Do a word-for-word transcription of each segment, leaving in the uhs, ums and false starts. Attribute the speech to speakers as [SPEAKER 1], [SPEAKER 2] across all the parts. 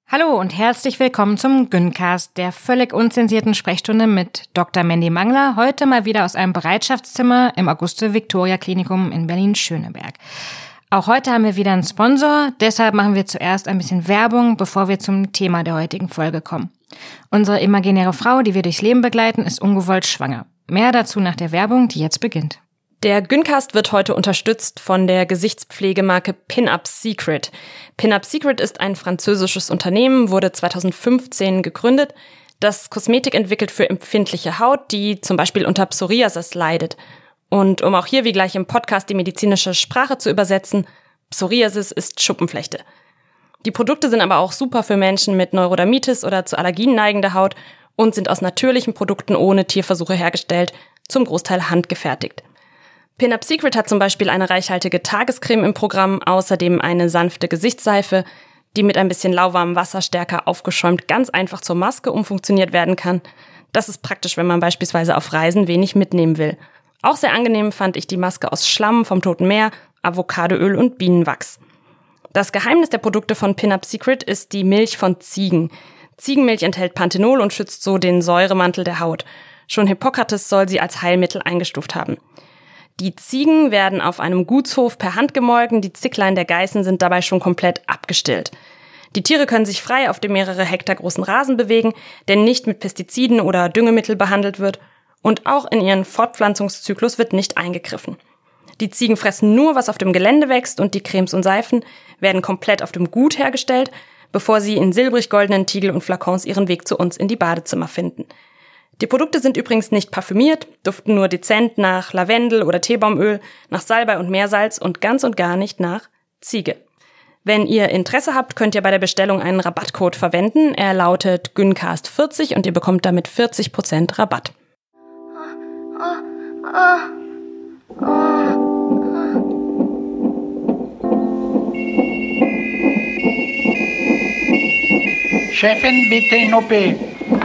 [SPEAKER 1] Hallo und herzlich willkommen zum Gyncast, der völlig unzensierten Sprechstunde mit Doktor Mandy Mangler, heute mal wieder aus einem Bereitschaftszimmer im Auguste-Victoria-Klinikum in Berlin-Schöneberg. Auch heute haben wir wieder einen Sponsor, deshalb machen wir zuerst ein bisschen Werbung, bevor wir zum Thema der heutigen Folge kommen. Unsere imaginäre Frau, die wir durchs Leben begleiten, ist ungewollt schwanger. Mehr dazu nach der Werbung, die jetzt beginnt.
[SPEAKER 2] Der Gyncast wird heute unterstützt von der Gesichtspflegemarke Pin-Up Secret. Pin-Up Secret ist ein französisches Unternehmen, wurde zweitausendfünfzehn gegründet, das Kosmetik entwickelt für empfindliche Haut, die zum Beispiel unter Psoriasis leidet. Und um auch hier wie gleich im Podcast die medizinische Sprache zu übersetzen, Psoriasis ist Schuppenflechte. Die Produkte sind aber auch super für Menschen mit Neurodermitis oder zu Allergien neigender Haut und sind aus natürlichen Produkten ohne Tierversuche hergestellt, zum Großteil handgefertigt. Pin-Up Secret hat zum Beispiel eine reichhaltige Tagescreme im Programm, außerdem eine sanfte Gesichtsseife, die mit ein bisschen lauwarmem Wasser stärker aufgeschäumt ganz einfach zur Maske umfunktioniert werden kann. Das ist praktisch, wenn man beispielsweise auf Reisen wenig mitnehmen will. Auch sehr angenehm fand ich die Maske aus Schlamm vom Toten Meer, Avocadoöl und Bienenwachs. Das Geheimnis der Produkte von Pin-Up Secret ist die Milch von Ziegen. Ziegenmilch enthält Panthenol und schützt so den Säuremantel der Haut. Schon Hippokrates soll sie als Heilmittel eingestuft haben. Die Ziegen werden auf einem Gutshof per Hand gemolken, die Zicklein der Geißen sind dabei schon komplett abgestillt. Die Tiere können sich frei auf dem mehrere Hektar großen Rasen bewegen, der nicht mit Pestiziden oder Düngemittel behandelt wird, und auch in ihren Fortpflanzungszyklus wird nicht eingegriffen. Die Ziegen fressen nur, was auf dem Gelände wächst, und die Cremes und Seifen werden komplett auf dem Gut hergestellt, bevor sie in silbrig-goldenen Tiegel und Flakons ihren Weg zu uns in die Badezimmer finden. Die Produkte sind übrigens nicht parfümiert, duften nur dezent nach Lavendel oder Teebaumöl, nach Salbei und Meersalz und ganz und gar nicht nach Ziege. Wenn ihr Interesse habt, könnt ihr bei der Bestellung einen Rabattcode verwenden. Er lautet Gyncast vierzig und ihr bekommt damit vierzig Prozent Rabatt.
[SPEAKER 3] Chefin, bitte in O P.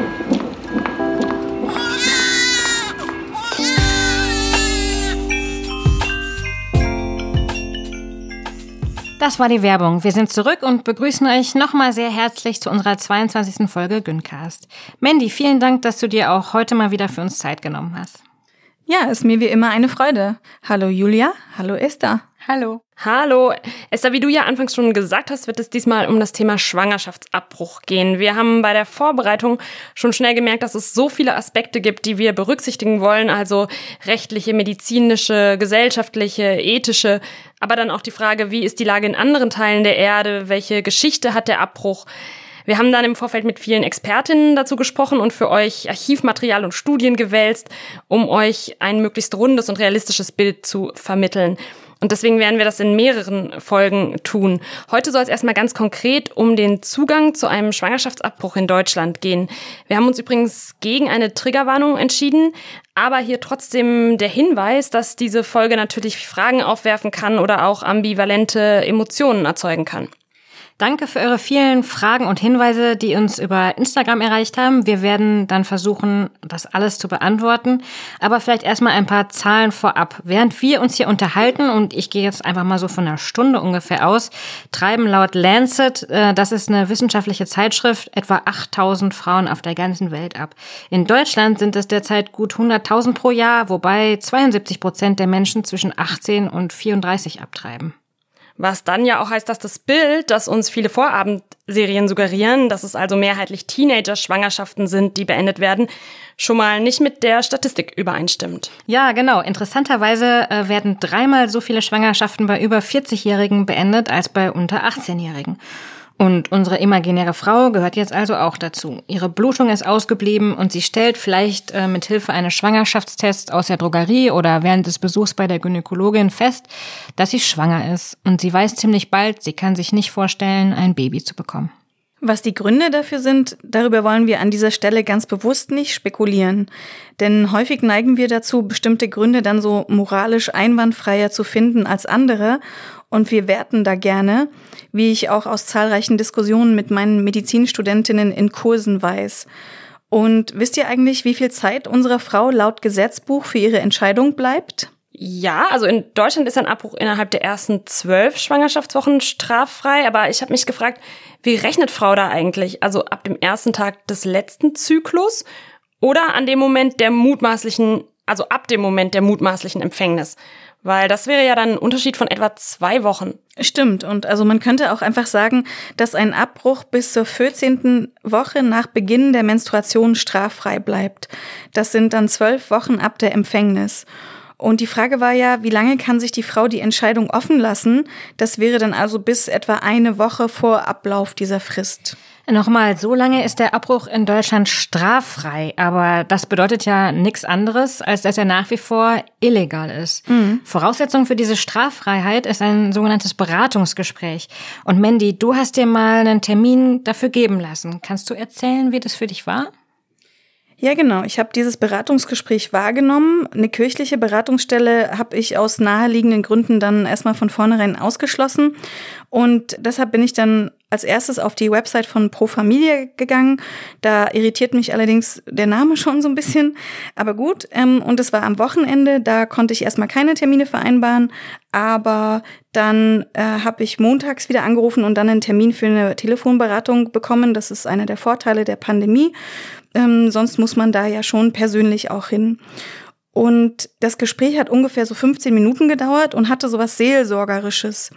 [SPEAKER 1] Das war die Werbung. Wir sind zurück und begrüßen euch nochmal sehr herzlich zu unserer zweiundzwanzigsten Folge Gyncast. Mandy, vielen Dank, dass du dir auch heute mal wieder für uns Zeit genommen hast.
[SPEAKER 4] Ja, ist mir wie immer eine Freude. Hallo Julia, hallo Esther.
[SPEAKER 1] Hallo.
[SPEAKER 2] Hallo. Esther, wie du ja anfangs schon gesagt hast, wird es diesmal um das Thema Schwangerschaftsabbruch gehen. Wir haben bei der Vorbereitung schon schnell gemerkt, dass es so viele Aspekte gibt, die wir berücksichtigen wollen, also rechtliche, medizinische, gesellschaftliche, ethische, aber dann auch die Frage, wie ist die Lage in anderen Teilen der Erde, welche Geschichte hat der Abbruch? Wir haben dann im Vorfeld mit vielen Expertinnen dazu gesprochen und für euch Archivmaterial und Studien gewälzt, um euch ein möglichst rundes und realistisches Bild zu vermitteln. Und deswegen werden wir das in mehreren Folgen tun. Heute soll es erstmal ganz konkret um den Zugang zu einem Schwangerschaftsabbruch in Deutschland gehen. Wir haben uns übrigens gegen eine Triggerwarnung entschieden, aber hier trotzdem der Hinweis, dass diese Folge natürlich Fragen aufwerfen kann oder auch ambivalente Emotionen erzeugen kann.
[SPEAKER 1] Danke für eure vielen Fragen und Hinweise, die uns über Instagram erreicht haben. Wir werden dann versuchen, das alles zu beantworten. Aber vielleicht erstmal ein paar Zahlen vorab. Während wir uns hier unterhalten, und ich gehe jetzt einfach mal so von einer Stunde ungefähr aus, treiben laut Lancet, äh, das ist eine wissenschaftliche Zeitschrift, etwa achttausend Frauen auf der ganzen Welt ab. In Deutschland sind es derzeit gut hunderttausend pro Jahr, wobei zweiundsiebzig Prozent der Menschen zwischen achtzehn und vierunddreißig abtreiben.
[SPEAKER 2] Was dann ja auch heißt, dass das Bild, das uns viele Vorabendserien suggerieren, dass es also mehrheitlich Teenager-Schwangerschaften sind, die beendet werden, schon mal nicht mit der Statistik übereinstimmt.
[SPEAKER 1] Ja, genau. Interessanterweise äh, werden dreimal so viele Schwangerschaften bei über vierzigjährigen beendet als bei unter achtzehnjährigen. Und unsere imaginäre Frau gehört jetzt also auch dazu. Ihre Blutung ist ausgeblieben und sie stellt vielleicht äh, mit Hilfe eines Schwangerschaftstests aus der Drogerie oder während des Besuchs bei der Gynäkologin fest, dass sie schwanger ist. Und sie weiß ziemlich bald, sie kann sich nicht vorstellen, ein Baby zu bekommen.
[SPEAKER 4] Was die Gründe dafür sind, darüber wollen wir an dieser Stelle ganz bewusst nicht spekulieren. Denn häufig neigen wir dazu, bestimmte Gründe dann so moralisch einwandfreier zu finden als andere. Und wir werten da gerne, wie ich auch aus zahlreichen Diskussionen mit meinen Medizinstudentinnen in Kursen weiß. Und wisst ihr eigentlich, wie viel Zeit unserer Frau laut Gesetzbuch für ihre Entscheidung bleibt?
[SPEAKER 2] Ja, also in Deutschland ist ein Abbruch innerhalb der ersten zwölf Schwangerschaftswochen straffrei. Aber ich habe mich gefragt, wie rechnet Frau da eigentlich? Also ab dem ersten Tag des letzten Zyklus oder an dem Moment der mutmaßlichen, also ab dem Moment der mutmaßlichen Empfängnis? Weil das wäre ja dann ein Unterschied von etwa zwei Wochen.
[SPEAKER 4] Stimmt. Und also man könnte auch einfach sagen, dass ein Abbruch bis zur vierzehnten Woche nach Beginn der Menstruation straffrei bleibt. Das sind dann zwölf Wochen ab der Empfängnis. Und die Frage war ja, wie lange kann sich die Frau die Entscheidung offen lassen? Das wäre dann also bis etwa eine Woche vor Ablauf dieser Frist.
[SPEAKER 1] Nochmal, so lange ist der Abbruch in Deutschland straffrei, aber das bedeutet ja nichts anderes, als dass er nach wie vor illegal ist. Mhm. Voraussetzung für diese Straffreiheit ist ein sogenanntes Beratungsgespräch. Und Mandy, du hast dir mal einen Termin dafür geben lassen. Kannst du erzählen, wie das für dich war?
[SPEAKER 4] Ja, genau. Ich habe dieses Beratungsgespräch wahrgenommen. Eine kirchliche Beratungsstelle habe ich aus naheliegenden Gründen dann erstmal von vornherein ausgeschlossen. Und deshalb bin ich dann als erstes auf die Website von Pro Familia gegangen. Da irritiert mich allerdings der Name schon so ein bisschen. Aber gut, ähm, und es war am Wochenende, da konnte ich erstmal keine Termine vereinbaren. Aber dann äh, habe ich montags wieder angerufen und dann einen Termin für eine Telefonberatung bekommen. Das ist einer der Vorteile der Pandemie. Ähm, sonst muss man da ja schon persönlich auch hin. Und das Gespräch hat ungefähr so fünfzehn Minuten gedauert und hatte sowas Seelsorgerisches.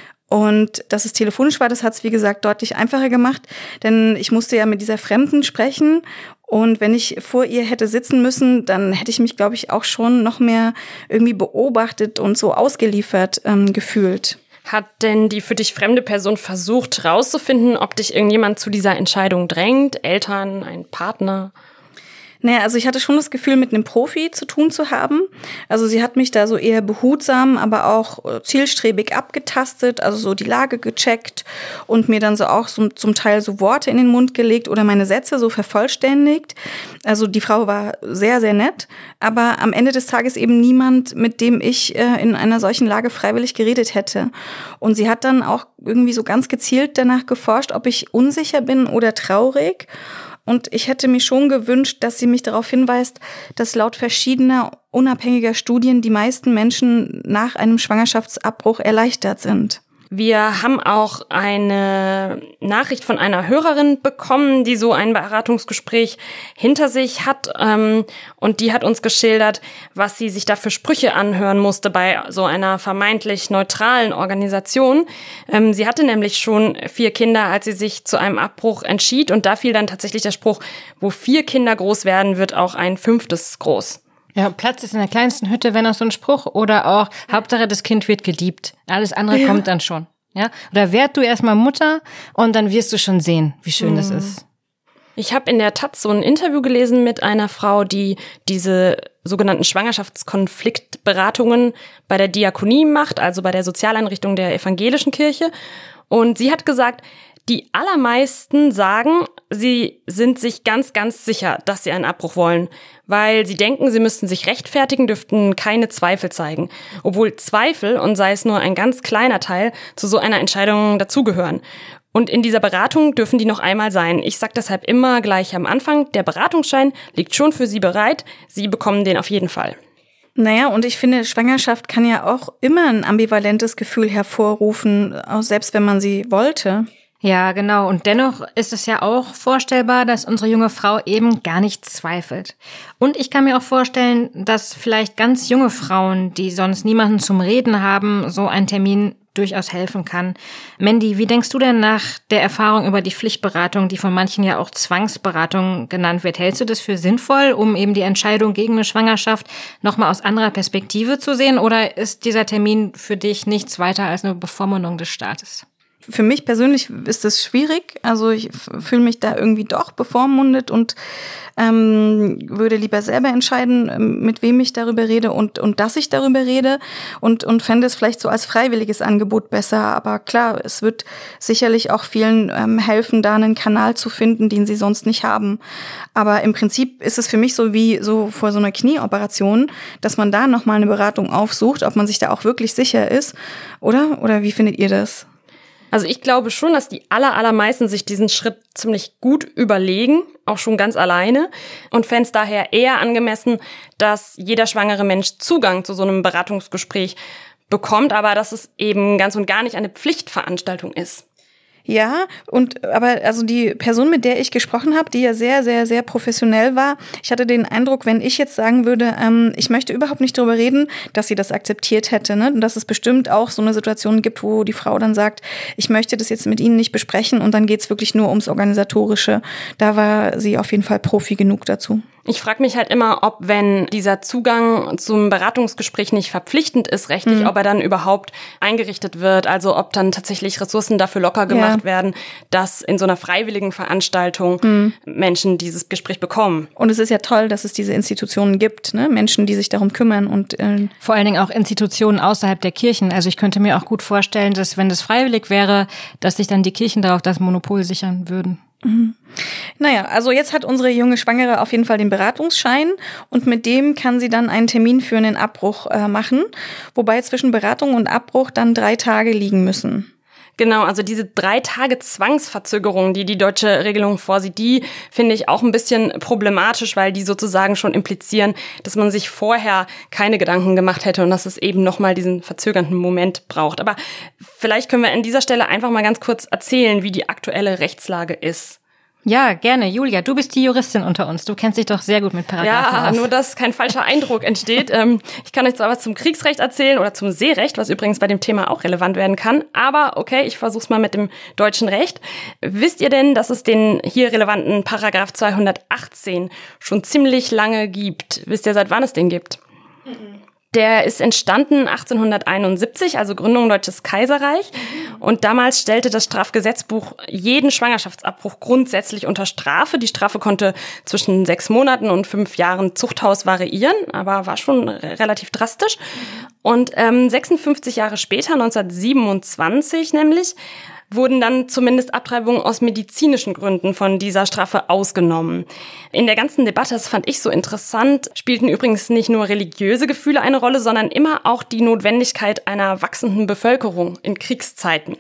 [SPEAKER 4] Und dass es telefonisch war, das hat es, wie gesagt, deutlich einfacher gemacht, denn ich musste ja mit dieser Fremden sprechen und wenn ich vor ihr hätte sitzen müssen, dann hätte ich mich, glaube ich, auch schon noch mehr irgendwie beobachtet und so ausgeliefert ähm, gefühlt.
[SPEAKER 2] Hat denn die für dich fremde Person versucht, rauszufinden, ob dich irgendjemand zu dieser Entscheidung drängt? Eltern, ein Partner?
[SPEAKER 4] Naja, also ich hatte schon das Gefühl, mit einem Profi zu tun zu haben. Also sie hat mich da so eher behutsam, aber auch zielstrebig abgetastet, also so die Lage gecheckt und mir dann so auch so, zum Teil so Worte in den Mund gelegt oder meine Sätze so vervollständigt. Also die Frau war sehr, sehr nett, aber am Ende des Tages eben niemand, mit dem ich äh, in einer solchen Lage freiwillig geredet hätte. Und sie hat dann auch irgendwie so ganz gezielt danach geforscht, ob ich unsicher bin oder traurig. Und ich hätte mir schon gewünscht, dass sie mich darauf hinweist, dass laut verschiedener unabhängiger Studien die meisten Menschen nach einem Schwangerschaftsabbruch erleichtert sind.
[SPEAKER 2] Wir haben auch eine Nachricht von einer Hörerin bekommen, die so ein Beratungsgespräch hinter sich hat. Ähm, und die hat uns geschildert, was sie sich da für Sprüche anhören musste bei so einer vermeintlich neutralen Organisation. Ähm, sie hatte nämlich schon vier Kinder, als sie sich zu einem Abbruch entschied. Und da fiel dann tatsächlich der Spruch, wo vier Kinder groß werden, wird auch ein fünftes groß.
[SPEAKER 1] Ja, Platz ist in der kleinsten Hütte, wenn auch so ein Spruch. Oder auch, Hauptsache das Kind wird geliebt. Alles andere ja. kommt dann schon. Ja? Oder werd du erstmal Mutter und dann wirst du schon sehen, wie schön mhm. das ist.
[SPEAKER 2] Ich habe in der Taz so ein Interview gelesen mit einer Frau, die diese sogenannten Schwangerschaftskonfliktberatungen bei der Diakonie macht, also bei der Sozialeinrichtung der evangelischen Kirche. Und sie hat gesagt, die allermeisten sagen, sie sind sich ganz, ganz sicher, dass sie einen Abbruch wollen, weil sie denken, sie müssten sich rechtfertigen, dürften keine Zweifel zeigen. Obwohl Zweifel, und sei es nur ein ganz kleiner Teil, zu so einer Entscheidung dazugehören. Und in dieser Beratung dürfen die noch einmal sein. Ich sage deshalb immer gleich am Anfang, der Beratungsschein liegt schon für Sie bereit. Sie bekommen den auf jeden Fall.
[SPEAKER 4] Naja, und ich finde, Schwangerschaft kann ja auch immer ein ambivalentes Gefühl hervorrufen, auch selbst wenn man sie wollte.
[SPEAKER 1] Ja, genau. Und dennoch ist es ja auch vorstellbar, dass unsere junge Frau eben gar nicht zweifelt. Und ich kann mir auch vorstellen, dass vielleicht ganz junge Frauen, die sonst niemanden zum Reden haben, so ein Termin durchaus helfen kann. Mandy, wie denkst du denn nach der Erfahrung über die Pflichtberatung, die von manchen ja auch Zwangsberatung genannt wird? Hältst du das für sinnvoll, um eben die Entscheidung gegen eine Schwangerschaft nochmal aus anderer Perspektive zu sehen? Oder ist dieser Termin für dich nichts weiter als eine Bevormundung des Staates?
[SPEAKER 4] Für mich persönlich ist es schwierig. Also ich fühle mich da irgendwie doch bevormundet und ähm, würde lieber selber entscheiden, mit wem ich darüber rede und und dass ich darüber rede und und fände es vielleicht so als freiwilliges Angebot besser. Aber klar, es wird sicherlich auch vielen ähm, helfen, da einen Kanal zu finden, den sie sonst nicht haben. Aber im Prinzip ist es für mich so wie so vor so einer Knieoperation, dass man da nochmal eine Beratung aufsucht, ob man sich da auch wirklich sicher ist, oder? Oder wie findet ihr das?
[SPEAKER 2] Also ich glaube schon, dass die aller, allermeisten sich diesen Schritt ziemlich gut überlegen, auch schon ganz alleine, und fände es daher eher angemessen, dass jeder schwangere Mensch Zugang zu so einem Beratungsgespräch bekommt, aber dass es eben ganz und gar nicht eine Pflichtveranstaltung ist.
[SPEAKER 4] Ja, und aber also die Person, mit der ich gesprochen habe, die ja sehr, sehr, sehr professionell war, ich hatte den Eindruck, wenn ich jetzt sagen würde, ähm, ich möchte überhaupt nicht darüber reden, dass sie das akzeptiert hätte, ne? Und dass es bestimmt auch so eine Situation gibt, wo die Frau dann sagt, ich möchte das jetzt mit Ihnen nicht besprechen, und dann geht's wirklich nur ums Organisatorische. Da war sie auf jeden Fall Profi genug dazu.
[SPEAKER 2] Ich frage mich halt immer, ob, wenn dieser Zugang zum Beratungsgespräch nicht verpflichtend ist rechtlich, mhm. ob er dann überhaupt eingerichtet wird, also ob dann tatsächlich Ressourcen dafür locker gemacht ja. werden, dass in so einer freiwilligen Veranstaltung mhm. Menschen dieses Gespräch bekommen.
[SPEAKER 4] Und es ist ja toll, dass es diese Institutionen gibt, ne? Menschen, die sich darum kümmern. Und äh
[SPEAKER 1] vor allen Dingen auch Institutionen außerhalb der Kirchen. Also ich könnte mir auch gut vorstellen, dass, wenn das freiwillig wäre, dass sich dann die Kirchen darauf das Monopol sichern würden.
[SPEAKER 4] Mhm. Naja, also jetzt hat unsere junge Schwangere auf jeden Fall den Beratungsschein, und mit dem kann sie dann einen Termin für einen Abbruch äh, machen, wobei zwischen Beratung und Abbruch dann drei Tage liegen müssen.
[SPEAKER 2] Genau, also diese drei Tage Zwangsverzögerung, die die deutsche Regelung vorsieht, die finde ich auch ein bisschen problematisch, weil die sozusagen schon implizieren, dass man sich vorher keine Gedanken gemacht hätte und dass es eben nochmal diesen verzögernden Moment braucht. Aber vielleicht können wir an dieser Stelle einfach mal ganz kurz erzählen, wie die aktuelle Rechtslage ist.
[SPEAKER 1] Ja, gerne. Julia, du bist die Juristin unter uns. Du kennst dich doch sehr gut mit Paragraphen aus.
[SPEAKER 2] Ja, nur dass kein falscher Eindruck entsteht. Ich kann euch zwar was zum Kriegsrecht erzählen oder zum Seerecht, was übrigens bei dem Thema auch relevant werden kann. Aber okay, ich versuch's mal mit dem deutschen Recht. Wisst ihr denn, dass es den hier relevanten Paragraph zweihundertachtzehn schon ziemlich lange gibt? Wisst ihr, seit wann es den gibt? Mhm. Der ist entstanden achtzehnhunderteinundsiebzig, also Gründung Deutsches Kaiserreich. Und damals stellte das Strafgesetzbuch jeden Schwangerschaftsabbruch grundsätzlich unter Strafe. Die Strafe konnte zwischen sechs Monaten und fünf Jahren Zuchthaus variieren, aber war schon relativ drastisch. Und ähm, sechsundfünfzig Jahre später, neunzehnhundertsiebenundzwanzig nämlich, wurden dann zumindest Abtreibungen aus medizinischen Gründen von dieser Strafe ausgenommen. In der ganzen Debatte, das fand ich so interessant, spielten übrigens nicht nur religiöse Gefühle eine Rolle, sondern immer auch die Notwendigkeit einer wachsenden Bevölkerung in Kriegszeiten.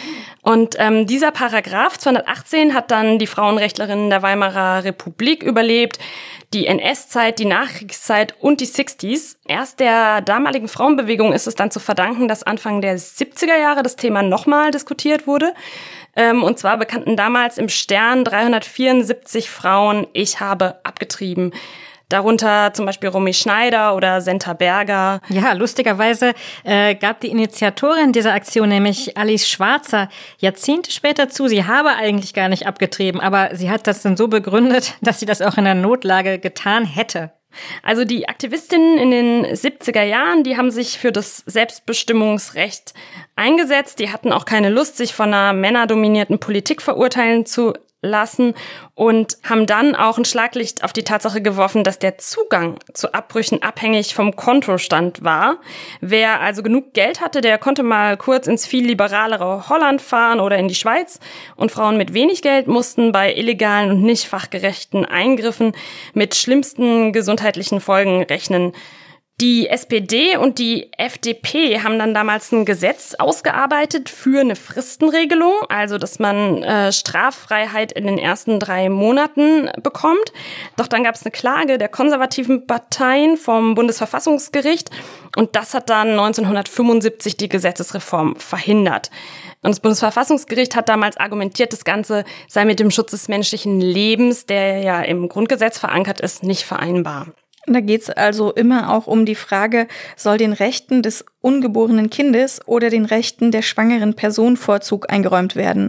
[SPEAKER 2] Und ähm, dieser Paragraph zweihundertachtzehn hat dann die Frauenrechtlerinnen der Weimarer Republik überlebt, die N S-Zeit, die Nachkriegszeit und die Sixties. Erst der damaligen Frauenbewegung ist es dann zu verdanken, dass Anfang der siebziger Jahre das Thema nochmal diskutiert wurde. Und zwar bekannten damals im Stern dreihundertvierundsiebzig Frauen, ich habe abgetrieben. Darunter zum Beispiel Romy Schneider oder Senta Berger.
[SPEAKER 1] Ja, lustigerweise äh, gab die Initiatorin dieser Aktion, nämlich Alice Schwarzer, Jahrzehnte später zu, sie habe eigentlich gar nicht abgetrieben, aber sie hat das dann so begründet, dass sie das auch in der Notlage getan hätte.
[SPEAKER 2] Also die Aktivistinnen in den siebziger Jahren, die haben sich für das Selbstbestimmungsrecht eingesetzt. Die hatten auch keine Lust, sich von einer männerdominierten Politik verurteilen zu lassen und haben dann auch ein Schlaglicht auf die Tatsache geworfen, dass der Zugang zu Abbrüchen abhängig vom Kontostand war. Wer also genug Geld hatte, der konnte mal kurz ins viel liberalere Holland fahren oder in die Schweiz, und Frauen mit wenig Geld mussten bei illegalen und nicht fachgerechten Eingriffen mit schlimmsten gesundheitlichen Folgen rechnen. Die S P D und die F D P haben dann damals ein Gesetz ausgearbeitet für eine Fristenregelung, also dass man äh, Straffreiheit in den ersten drei Monaten bekommt. Doch dann gab es eine Klage der konservativen Parteien vom Bundesverfassungsgericht, und das hat dann neunzehnhundertfünfundsiebzig die Gesetzesreform verhindert. Und das Bundesverfassungsgericht hat damals argumentiert, das Ganze sei mit dem Schutz des menschlichen Lebens, der ja im Grundgesetz verankert ist, nicht vereinbar.
[SPEAKER 4] Da geht's also immer auch um die Frage, soll den Rechten des ungeborenen Kindes oder den Rechten der schwangeren Person Vorzug eingeräumt werden?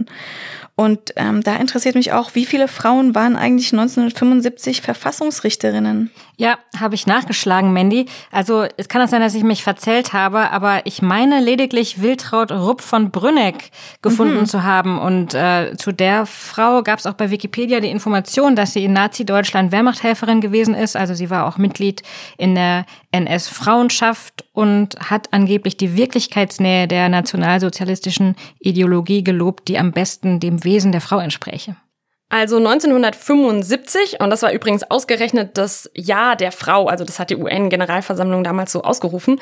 [SPEAKER 4] Und ähm, da interessiert mich auch, wie viele Frauen waren eigentlich neunzehnhundertfünfundsiebzig Verfassungsrichterinnen?
[SPEAKER 1] Ja, habe ich nachgeschlagen, Mandy. Also es kann auch sein, dass ich mich verzählt habe, aber ich meine lediglich Wiltraud Rupp von Brünneck gefunden mhm. zu haben. Und äh, zu der Frau gab es auch bei Wikipedia die Information, dass sie in Nazi-Deutschland Wehrmachthelferin gewesen ist. Also sie war auch Mitglied in der N S-Frauenschaft und hat angeblich die Wirklichkeitsnähe der nationalsozialistischen Ideologie gelobt, die am besten dem Wesen der Frau entspräche.
[SPEAKER 2] Also neunzehnhundertfünfundsiebzig, und das war übrigens ausgerechnet das Jahr der Frau, also das hat die U N-Generalversammlung damals so ausgerufen,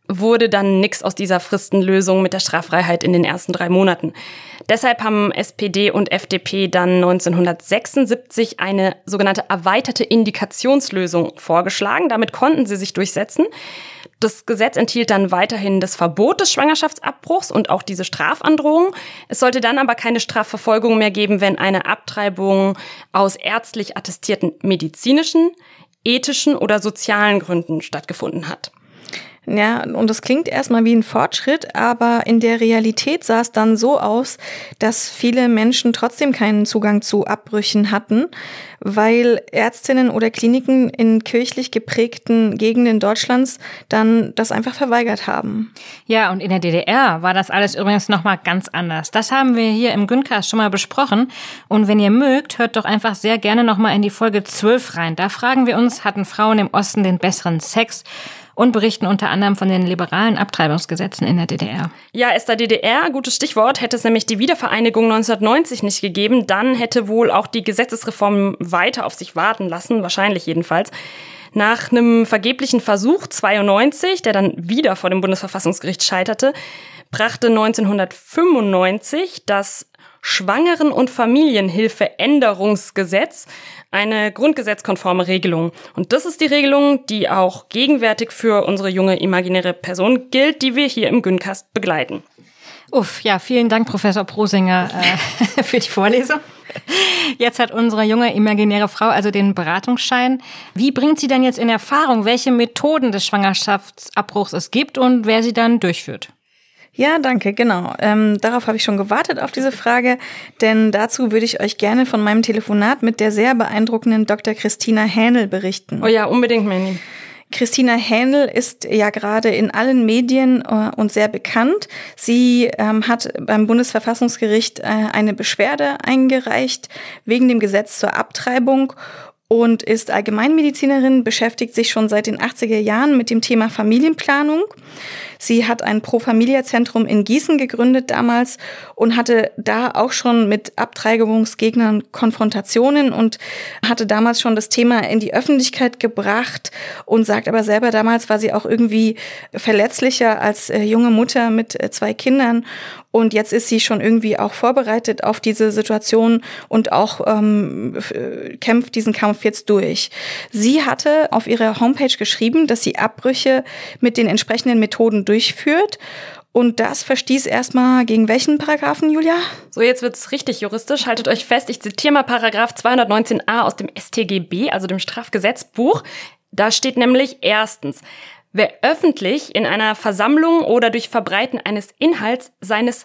[SPEAKER 2] wurde dann nix aus dieser Fristenlösung mit der Straffreiheit in den ersten drei Monaten. Deshalb haben S P D und F D P dann neunzehnhundertsechsundsiebzig eine sogenannte erweiterte Indikationslösung vorgeschlagen. Damit konnten sie sich durchsetzen. Das Gesetz enthielt dann weiterhin das Verbot des Schwangerschaftsabbruchs und auch diese Strafandrohung. Es sollte dann aber keine Strafverfolgung mehr geben, wenn eine Abtreibung aus ärztlich attestierten medizinischen, ethischen oder sozialen Gründen stattgefunden hat.
[SPEAKER 4] Ja, und das klingt erstmal wie ein Fortschritt, aber in der Realität sah es dann so aus, dass viele Menschen trotzdem keinen Zugang zu Abbrüchen hatten, weil Ärztinnen oder Kliniken in kirchlich geprägten Gegenden Deutschlands dann das einfach verweigert haben.
[SPEAKER 1] Ja, und in der D D R war das alles übrigens nochmal ganz anders. Das haben wir hier im Gyncast schon mal besprochen. Und wenn ihr mögt, hört doch einfach sehr gerne nochmal in die Folge zwölf rein. Da fragen wir uns, hatten Frauen im Osten den besseren Sex? Und berichten unter anderem von den liberalen Abtreibungsgesetzen in der D D R.
[SPEAKER 2] Ja, Esther, D D R, gutes Stichwort, hätte es nämlich die Wiedervereinigung neunzehnhundertneunzig nicht gegeben, dann hätte wohl auch die Gesetzesreform weiter auf sich warten lassen, wahrscheinlich jedenfalls. Nach einem vergeblichen Versuch zweiundneunzig, der dann wieder vor dem Bundesverfassungsgericht scheiterte, brachte neunzehnhundertfünfundneunzig das Schwangeren- und Familienhilfeänderungsgesetz eine grundgesetzkonforme Regelung. Und das ist die Regelung, die auch gegenwärtig für unsere junge imaginäre Person gilt, die wir hier im Gyncast begleiten.
[SPEAKER 1] Uff, ja, vielen Dank, Professor Prosinger, äh, für die Vorlesung. Jetzt hat unsere junge imaginäre Frau also den Beratungsschein. Wie bringt sie denn jetzt in Erfahrung, welche Methoden des Schwangerschaftsabbruchs es gibt und wer sie dann durchführt?
[SPEAKER 4] Ja, danke, genau. Ähm, darauf habe ich schon gewartet, auf diese Frage, denn dazu würde ich euch gerne von meinem Telefonat mit der sehr beeindruckenden Doktor Christina Hähnel berichten.
[SPEAKER 2] Oh ja, unbedingt, Manny.
[SPEAKER 4] Christina Hähnel ist ja gerade in allen Medien äh, und sehr bekannt. Sie ähm, hat beim Bundesverfassungsgericht äh, eine Beschwerde eingereicht wegen dem Gesetz zur Abtreibung und ist Allgemeinmedizinerin, beschäftigt sich schon seit den achtziger Jahren mit dem Thema Familienplanung. Sie hat ein Pro-Familia-Zentrum in Gießen gegründet damals und hatte da auch schon mit Abtreibungsgegnern Konfrontationen und hatte damals schon das Thema in die Öffentlichkeit gebracht und sagt aber selber, damals war sie auch irgendwie verletzlicher als äh, junge Mutter mit äh, zwei Kindern. Und jetzt ist sie schon irgendwie auch vorbereitet auf diese Situation und auch ähm, kämpft diesen Kampf jetzt durch. Sie hatte auf ihrer Homepage geschrieben, dass sie Abbrüche mit den entsprechenden Methoden durchführt. Und das verstieß erstmal gegen welchen Paragraphen, Julia?
[SPEAKER 2] So, jetzt wird's richtig juristisch. Haltet euch fest, ich zitiere mal Paragraph zweihundertneunzehn a aus dem S t G B, also dem Strafgesetzbuch. Da steht nämlich erstens: Wer öffentlich in einer Versammlung oder durch Verbreiten eines Inhalts seines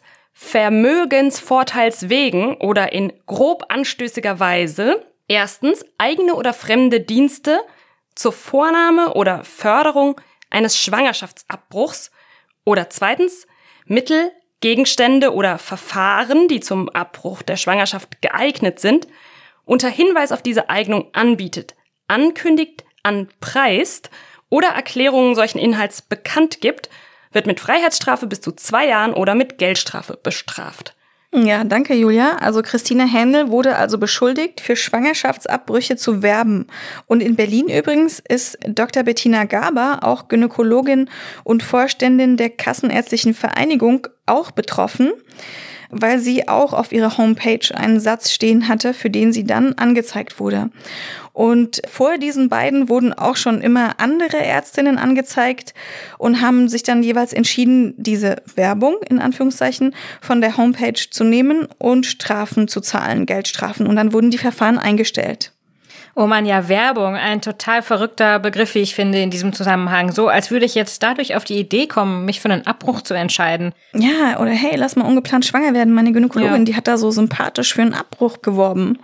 [SPEAKER 2] Vermögensvorteils wegen oder in grob anstößiger Weise erstens eigene oder fremde Dienste zur Vornahme oder Förderung eines Schwangerschaftsabbruchs oder zweitens Mittel, Gegenstände oder Verfahren, die zum Abbruch der Schwangerschaft geeignet sind, unter Hinweis auf diese Eignung anbietet, ankündigt, anpreist oder Erklärungen solchen Inhalts bekannt gibt, wird mit Freiheitsstrafe bis zu zwei Jahren oder mit Geldstrafe bestraft.
[SPEAKER 4] Ja, danke, Julia. Also Christina Hähnel wurde also beschuldigt, für Schwangerschaftsabbrüche zu werben. Und in Berlin übrigens ist Doktor Bettina Gaber, auch Gynäkologin und Vorständin der Kassenärztlichen Vereinigung, auch betroffen, weil sie auch auf ihrer Homepage einen Satz stehen hatte, für den sie dann angezeigt wurde. Und vor diesen beiden wurden auch schon immer andere Ärztinnen angezeigt und haben sich dann jeweils entschieden, diese Werbung in Anführungszeichen von der Homepage zu nehmen und Strafen zu zahlen, Geldstrafen. Und dann wurden die Verfahren eingestellt.
[SPEAKER 1] Oh man, ja, Werbung, ein total verrückter Begriff, wie ich finde, in diesem Zusammenhang. So, als würde ich jetzt dadurch auf die Idee kommen, mich für einen Abbruch zu entscheiden.
[SPEAKER 4] Ja, oder hey, lass mal ungeplant schwanger werden. Meine Gynäkologin, ja. Die hat da so sympathisch für einen Abbruch geworben.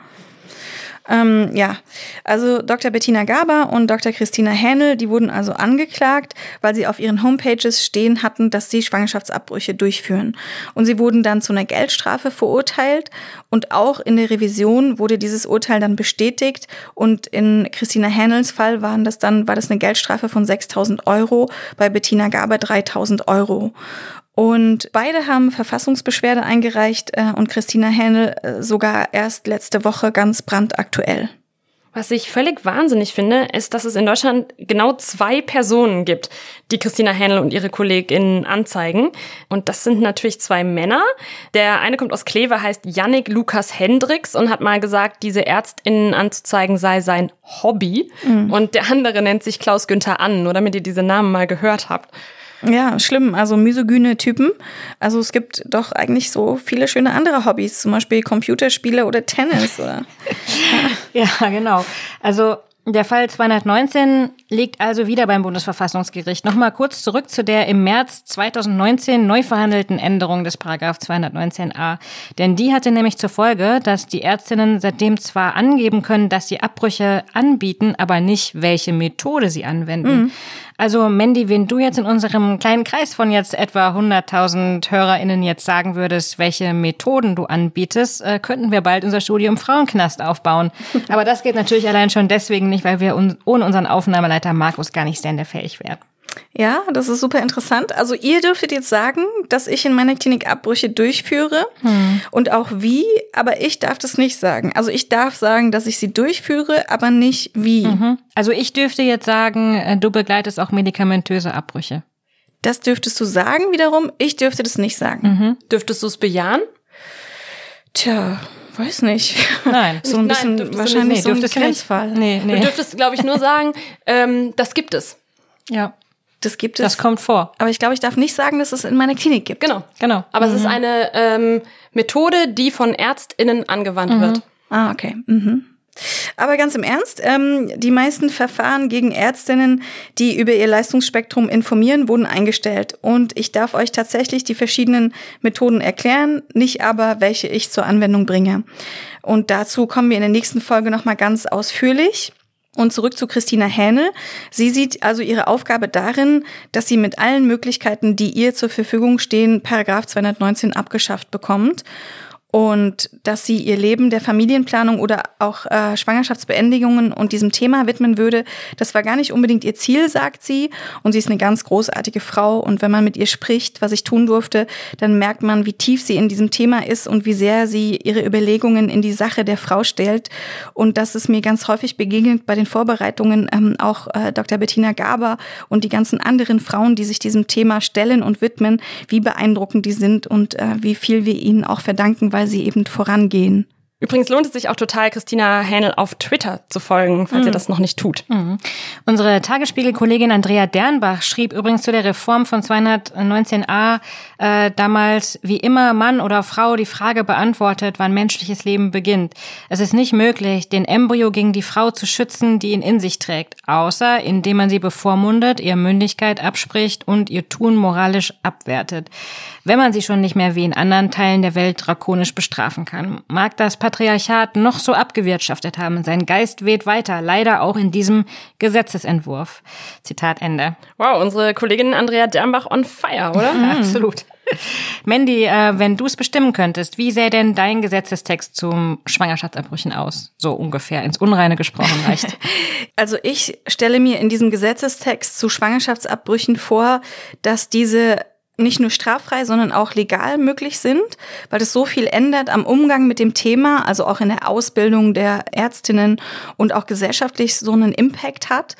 [SPEAKER 4] Ähm, ja, also Doktor Bettina Gaber und Doktor Christina Hähnel, die wurden also angeklagt, weil sie auf ihren Homepages stehen hatten, dass sie Schwangerschaftsabbrüche durchführen. Und sie wurden dann zu einer Geldstrafe verurteilt und auch in der Revision wurde dieses Urteil dann bestätigt und in Christina Hähnels Fall waren das dann, war das eine Geldstrafe von sechstausend Euro, bei Bettina Gaber dreitausend Euro. Und beide haben Verfassungsbeschwerde eingereicht äh, und Christina Hähnel äh, sogar erst letzte Woche ganz brandaktuell.
[SPEAKER 2] Was ich völlig wahnsinnig finde, ist, dass es in Deutschland genau zwei Personen gibt, die Christina Hähnel und ihre KollegInnen anzeigen. Und das sind natürlich zwei Männer. Der eine kommt aus Kleve, heißt Yannick Lukas Hendricks und hat mal gesagt, diese ÄrztInnen anzuzeigen sei sein Hobby. Mhm. Und der andere nennt sich Klaus Günther Ann, nur damit ihr diese Namen mal gehört habt.
[SPEAKER 4] Ja, schlimm. Also misogyne Typen. Also es gibt doch eigentlich so viele schöne andere Hobbys, zum Beispiel Computerspiele oder Tennis, oder?
[SPEAKER 1] Ja, genau. Also der Fall zweihundertneunzehn liegt also wieder beim Bundesverfassungsgericht. Nochmal kurz zurück zu der im März zweitausendneunzehn neu verhandelten Änderung des Paragraph zweihundertneunzehn a. Denn die hatte nämlich zur Folge, dass die Ärztinnen seitdem zwar angeben können, dass sie Abbrüche anbieten, aber nicht, welche Methode sie anwenden. Mhm. Also Mandy, wenn du jetzt in unserem kleinen Kreis von jetzt etwa hunderttausend HörerInnen jetzt sagen würdest, welche Methoden du anbietest, äh, könnten wir bald unser Studio im Frauenknast aufbauen. Aber das geht natürlich allein schon deswegen nicht, weil wir un- ohne unseren Aufnahmeleiter Markus gar nicht sendefähig wären.
[SPEAKER 4] Ja, das ist super interessant. Also ihr dürftet jetzt sagen, dass ich in meiner Klinik Abbrüche durchführe hm. und auch wie, aber ich darf das nicht sagen. Also ich darf sagen, dass ich sie durchführe, aber nicht wie.
[SPEAKER 1] Mhm. Also ich dürfte jetzt sagen, du begleitest auch medikamentöse Abbrüche.
[SPEAKER 4] Das dürftest du sagen wiederum, ich dürfte das nicht sagen.
[SPEAKER 2] Mhm. Dürftest du es bejahen?
[SPEAKER 4] Tja, weiß nicht.
[SPEAKER 1] Nein.
[SPEAKER 4] So ein bisschen
[SPEAKER 2] Nein,
[SPEAKER 4] wahrscheinlich
[SPEAKER 1] nee,
[SPEAKER 4] so ein Grenzfall.
[SPEAKER 1] Nee, nee.
[SPEAKER 2] Du dürftest, glaube ich, nur sagen, ähm, das gibt es.
[SPEAKER 1] Ja.
[SPEAKER 4] Das gibt es.
[SPEAKER 1] Das kommt vor.
[SPEAKER 4] Aber ich glaube, ich darf nicht sagen, dass es in meiner Klinik gibt.
[SPEAKER 2] Genau.
[SPEAKER 1] Genau.
[SPEAKER 2] Aber
[SPEAKER 1] mhm.
[SPEAKER 2] es ist eine ähm, Methode, die von ÄrztInnen angewandt
[SPEAKER 4] mhm.
[SPEAKER 2] wird.
[SPEAKER 4] Ah, okay. Mhm. Aber ganz im Ernst, ähm, die meisten Verfahren gegen Ärztinnen, die über ihr Leistungsspektrum informieren, wurden eingestellt. Und ich darf euch tatsächlich die verschiedenen Methoden erklären, nicht aber, welche ich zur Anwendung bringe. Und dazu kommen wir in der nächsten Folge nochmal ganz ausführlich. Und zurück zu Christina Hähnel. Sie sieht also ihre Aufgabe darin, dass sie mit allen Möglichkeiten, die ihr zur Verfügung stehen, Paragraph zweihundertneunzehn abgeschafft bekommt. Und dass sie ihr Leben der Familienplanung oder auch äh, Schwangerschaftsbeendigungen und diesem Thema widmen würde, das war gar nicht unbedingt ihr Ziel, sagt sie. Und sie ist eine ganz großartige Frau. Und wenn man mit ihr spricht, was ich tun durfte, dann merkt man, wie tief sie in diesem Thema ist und wie sehr sie ihre Überlegungen in die Sache der Frau stellt. Und das ist mir ganz häufig begegnet bei den Vorbereitungen, ähm, auch äh, Doktor Bettina Gaber und die ganzen anderen Frauen, die sich diesem Thema stellen und widmen, wie beeindruckend die sind und äh, wie viel wir ihnen auch verdanken, weil sie eben vorangehen.
[SPEAKER 2] Übrigens lohnt es sich auch total, Christina Hähnel auf Twitter zu folgen, falls mhm. ihr das noch nicht tut.
[SPEAKER 1] Mhm. Unsere Tagesspiegel-Kollegin Andrea Dernbach schrieb übrigens zu der Reform von zweihundertneunzehn a äh, damals, wie immer Mann oder Frau die Frage beantwortet, wann menschliches Leben beginnt. Es ist nicht möglich, den Embryo gegen die Frau zu schützen, die ihn in sich trägt, außer indem man sie bevormundet, ihr Mündigkeit abspricht und ihr Tun moralisch abwertet. Wenn man sie schon nicht mehr wie in anderen Teilen der Welt drakonisch bestrafen kann, mag das Patriarchat noch so abgewirtschaftet haben. Sein Geist weht weiter, leider auch in diesem Gesetzesentwurf. Zitat Ende.
[SPEAKER 2] Wow, unsere Kollegin Andrea Dernbach on fire, oder?
[SPEAKER 1] Mhm. Absolut. Mandy, äh, wenn du es bestimmen könntest, wie sähe denn dein Gesetzestext zum Schwangerschaftsabbrüchen aus? So ungefähr, ins Unreine gesprochen reicht.
[SPEAKER 4] Also ich stelle mir in diesem Gesetzestext zu Schwangerschaftsabbrüchen vor, dass diese nicht nur straffrei, sondern auch legal möglich sind, weil das so viel ändert am Umgang mit dem Thema, also auch in der Ausbildung der Ärztinnen und auch gesellschaftlich so einen Impact hat.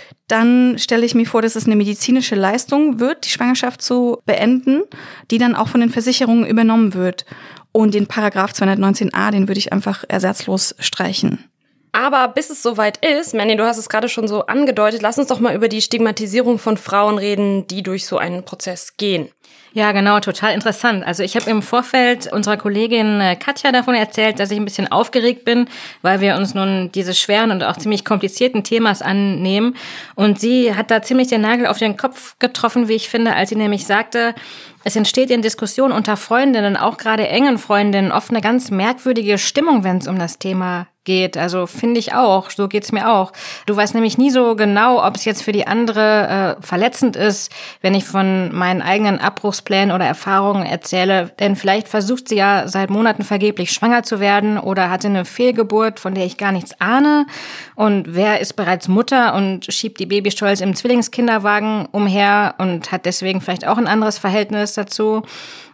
[SPEAKER 4] Dann stelle ich mir vor, dass es eine medizinische Leistung wird, die Schwangerschaft zu beenden, die dann auch von den Versicherungen übernommen wird. Und den Paragraph zweihundertneunzehn a, den würde ich einfach ersatzlos streichen.
[SPEAKER 2] Aber bis es soweit ist, Mandy, du hast es gerade schon so angedeutet, lass uns doch mal über die Stigmatisierung von Frauen reden, die durch so einen Prozess gehen.
[SPEAKER 1] Ja, genau, total interessant. Also ich habe im Vorfeld unserer Kollegin Katja davon erzählt, dass ich ein bisschen aufgeregt bin, weil wir uns nun dieses schweren und auch ziemlich komplizierten Themas annehmen. Und sie hat da ziemlich den Nagel auf den Kopf getroffen, wie ich finde, als sie nämlich sagte, es entsteht in Diskussionen unter Freundinnen, auch gerade engen Freundinnen, oft eine ganz merkwürdige Stimmung, wenn es um das Thema geht. Also finde ich auch, so geht's mir auch. Du weißt nämlich nie so genau, ob es jetzt für die andere äh, verletzend ist, wenn ich von meinen eigenen Abbruchsplänen oder Erfahrungen erzähle. Denn vielleicht versucht sie ja seit Monaten vergeblich schwanger zu werden oder hatte eine Fehlgeburt, von der ich gar nichts ahne. Und wer ist bereits Mutter und schiebt die Babystolz im Zwillingskinderwagen umher und hat deswegen vielleicht auch ein anderes Verhältnis dazu.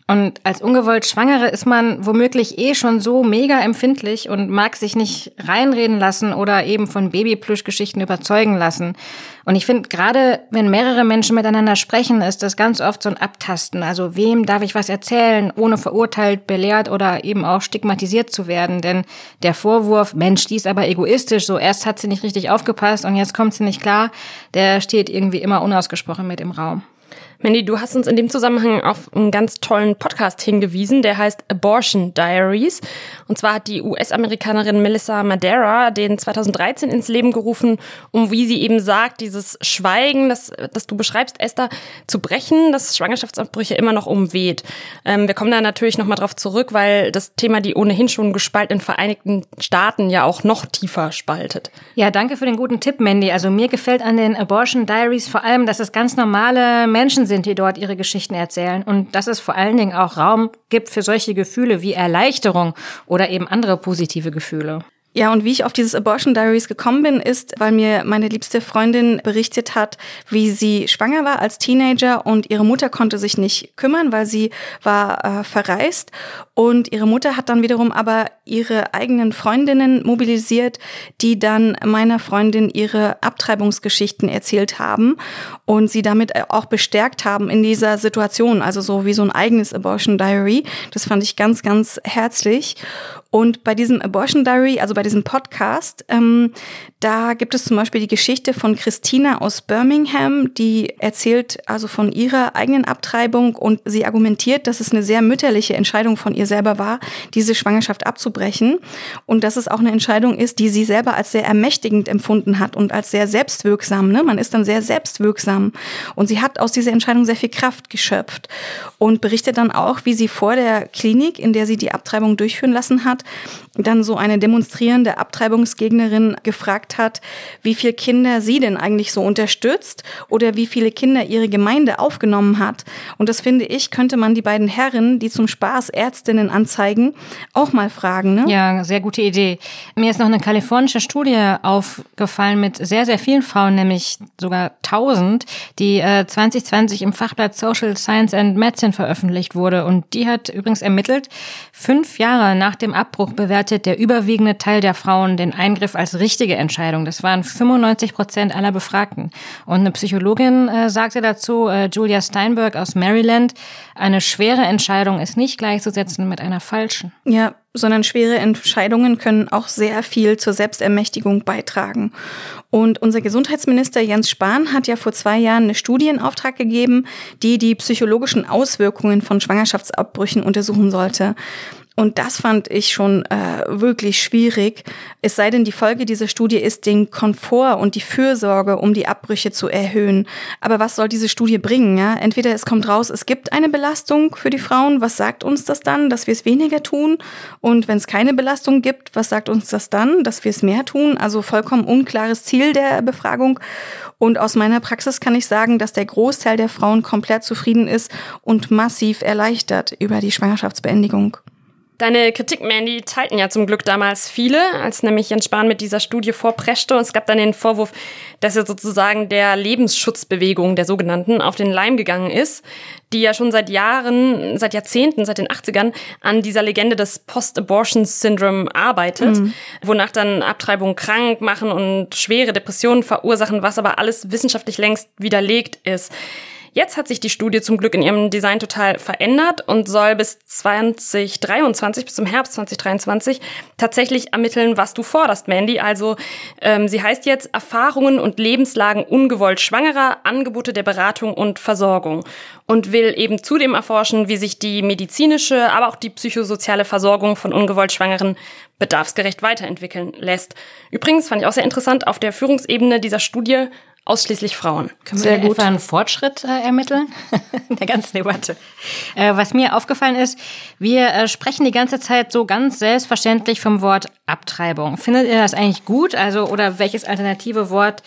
[SPEAKER 1] Und als ungewollt Schwangere ist man womöglich eh schon so mega empfindlich und mag sich nicht reinreden lassen oder eben von Babyplüschgeschichten überzeugen lassen. Und ich finde, gerade wenn mehrere Menschen miteinander sprechen, ist das ganz oft so ein Abtasten. Also wem darf ich was erzählen, ohne verurteilt, belehrt oder eben auch stigmatisiert zu werden. Denn der Vorwurf, Mensch, die ist aber egoistisch, so erst hat sie nicht richtig aufgepasst und jetzt kommt sie nicht klar, der steht irgendwie immer unausgesprochen mit im Raum.
[SPEAKER 2] Mandy, du hast uns in dem Zusammenhang auf einen ganz tollen Podcast hingewiesen, der heißt Abortion Diaries. Und zwar hat die U S-Amerikanerin Melissa Madera den zweitausenddreizehn ins Leben gerufen, um, wie sie eben sagt, dieses Schweigen, das, das du beschreibst, Esther, zu brechen, das Schwangerschaftsabbrüche immer noch umweht. Ähm, wir kommen da natürlich nochmal drauf zurück, weil das Thema die ohnehin schon gespaltenen Vereinigten Staaten ja auch noch tiefer spaltet.
[SPEAKER 1] Ja, danke für den guten Tipp, Mandy. Also mir gefällt an den Abortion Diaries vor allem, dass es ganz normale Menschen sind, die dort ihre Geschichten erzählen und dass es vor allen Dingen auch Raum gibt für solche Gefühle wie Erleichterung oder eben andere positive Gefühle.
[SPEAKER 4] Ja, und wie ich auf dieses Abortion Diaries gekommen bin, ist, weil mir meine liebste Freundin berichtet hat, wie sie schwanger war als Teenager und ihre Mutter konnte sich nicht kümmern, weil sie war äh, verreist. Und ihre Mutter hat dann wiederum aber ihre eigenen Freundinnen mobilisiert, die dann meiner Freundin ihre Abtreibungsgeschichten erzählt haben und sie damit auch bestärkt haben in dieser Situation, also so wie so ein eigenes Abortion Diary. Das fand ich ganz, ganz herzlich. Und bei diesem Abortion Diary, also bei diesem Podcast, ähm, da gibt es zum Beispiel die Geschichte von Christina aus Birmingham, die erzählt also von ihrer eigenen Abtreibung und sie argumentiert, dass es eine sehr mütterliche Entscheidung von ihr selber war, diese Schwangerschaft abzubrechen und dass es auch eine Entscheidung ist, die sie selber als sehr ermächtigend empfunden hat und als sehr selbstwirksam. Ne? Man ist dann sehr selbstwirksam und sie hat aus dieser Entscheidung sehr viel Kraft geschöpft und berichtet dann auch, wie sie vor der Klinik, in der sie die Abtreibung durchführen lassen hat, dann so eine demonstrierende Abtreibungsgegnerin gefragt hat, wie viele Kinder sie denn eigentlich so unterstützt oder wie viele Kinder ihre Gemeinde aufgenommen hat. Und das finde ich, könnte man die beiden Herren, die zum Spaß Ärztinnen anzeigen, auch mal fragen. Ne?
[SPEAKER 1] Ja, sehr gute Idee. Mir ist noch eine kalifornische Studie aufgefallen mit sehr, sehr vielen Frauen, nämlich sogar tausend, die äh, zwanzig zwanzig im Fachblatt Social Science and Medicine veröffentlicht wurde. Und die hat übrigens ermittelt, fünf Jahre nach dem Abbruch bewertet der überwiegende Teil der Frauen den Eingriff als richtige Entscheidung. Das waren fünfundneunzig Prozent aller Befragten. Und eine Psychologin äh, sagte dazu, äh, Julia Steinberg aus Maryland, eine schwere Entscheidung ist nicht gleichzusetzen mit einer falschen.
[SPEAKER 4] Ja, sondern schwere Entscheidungen können auch sehr viel zur Selbstermächtigung beitragen. Und unser Gesundheitsminister Jens Spahn hat ja vor zwei Jahren eine Studie in Auftrag gegeben, die die psychologischen Auswirkungen von Schwangerschaftsabbrüchen untersuchen sollte. Und das fand ich schon äh, wirklich schwierig. Es sei denn, die Folge dieser Studie ist, den Komfort und die Fürsorge, um die Abbrüche zu erhöhen. Aber was soll diese Studie bringen? Ja? Entweder es kommt raus, es gibt eine Belastung für die Frauen. Was sagt uns das dann, dass wir es weniger tun? Und wenn es keine Belastung gibt, was sagt uns das dann, dass wir es mehr tun? Also vollkommen unklares Ziel der Befragung. Und aus meiner Praxis kann ich sagen, dass der Großteil der Frauen komplett zufrieden ist und massiv erleichtert über die Schwangerschaftsbeendigung.
[SPEAKER 2] Deine Kritik, Mandy, teilten ja zum Glück damals viele, als nämlich Jens Spahn mit dieser Studie vorpreschte. Und es gab dann den Vorwurf, dass er sozusagen der Lebensschutzbewegung, der sogenannten, auf den Leim gegangen ist, die ja schon seit Jahren, seit Jahrzehnten, seit den achtzigern an dieser Legende des Post-Abortion-Syndrom arbeitet, mhm. wonach dann Abtreibungen krank machen und schwere Depressionen verursachen, was aber alles wissenschaftlich längst widerlegt ist. Jetzt hat sich die Studie zum Glück in ihrem Design total verändert und soll bis zwanzig dreiundzwanzig, bis zum Herbst zwanzig dreiundzwanzig, tatsächlich ermitteln, was du forderst, Mandy. Also ähm, sie heißt jetzt Erfahrungen und Lebenslagen ungewollt Schwangerer, Angebote der Beratung und Versorgung und will eben zudem erforschen, wie sich die medizinische, aber auch die psychosoziale Versorgung von ungewollt Schwangeren bedarfsgerecht weiterentwickeln lässt. Übrigens fand ich auch sehr interessant, auf der Führungsebene dieser Studie ausschließlich Frauen.
[SPEAKER 1] Können wir etwa einen Fortschritt äh, ermitteln? In der ganzen Debatte. Äh, was mir aufgefallen ist, wir äh, sprechen die ganze Zeit so ganz selbstverständlich vom Wort Abtreibung. Findet ihr das eigentlich gut? Also, oder welches alternative Wort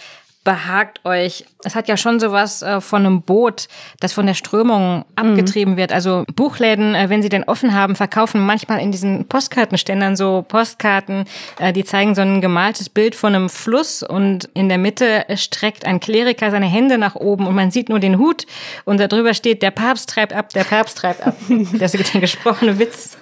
[SPEAKER 1] behagt euch? Es hat ja schon sowas äh, von einem Boot, das von der Strömung abgetrieben mhm. wird. Also Buchläden, äh, wenn sie denn offen haben, verkaufen manchmal in diesen Postkartenständern so Postkarten, äh, die zeigen so ein gemaltes Bild von einem Fluss und in der Mitte streckt ein Kleriker seine Hände nach oben und man sieht nur den Hut und darüber steht, der Papst treibt ab, der Papst treibt ab. Das ist der gesprochene Witz.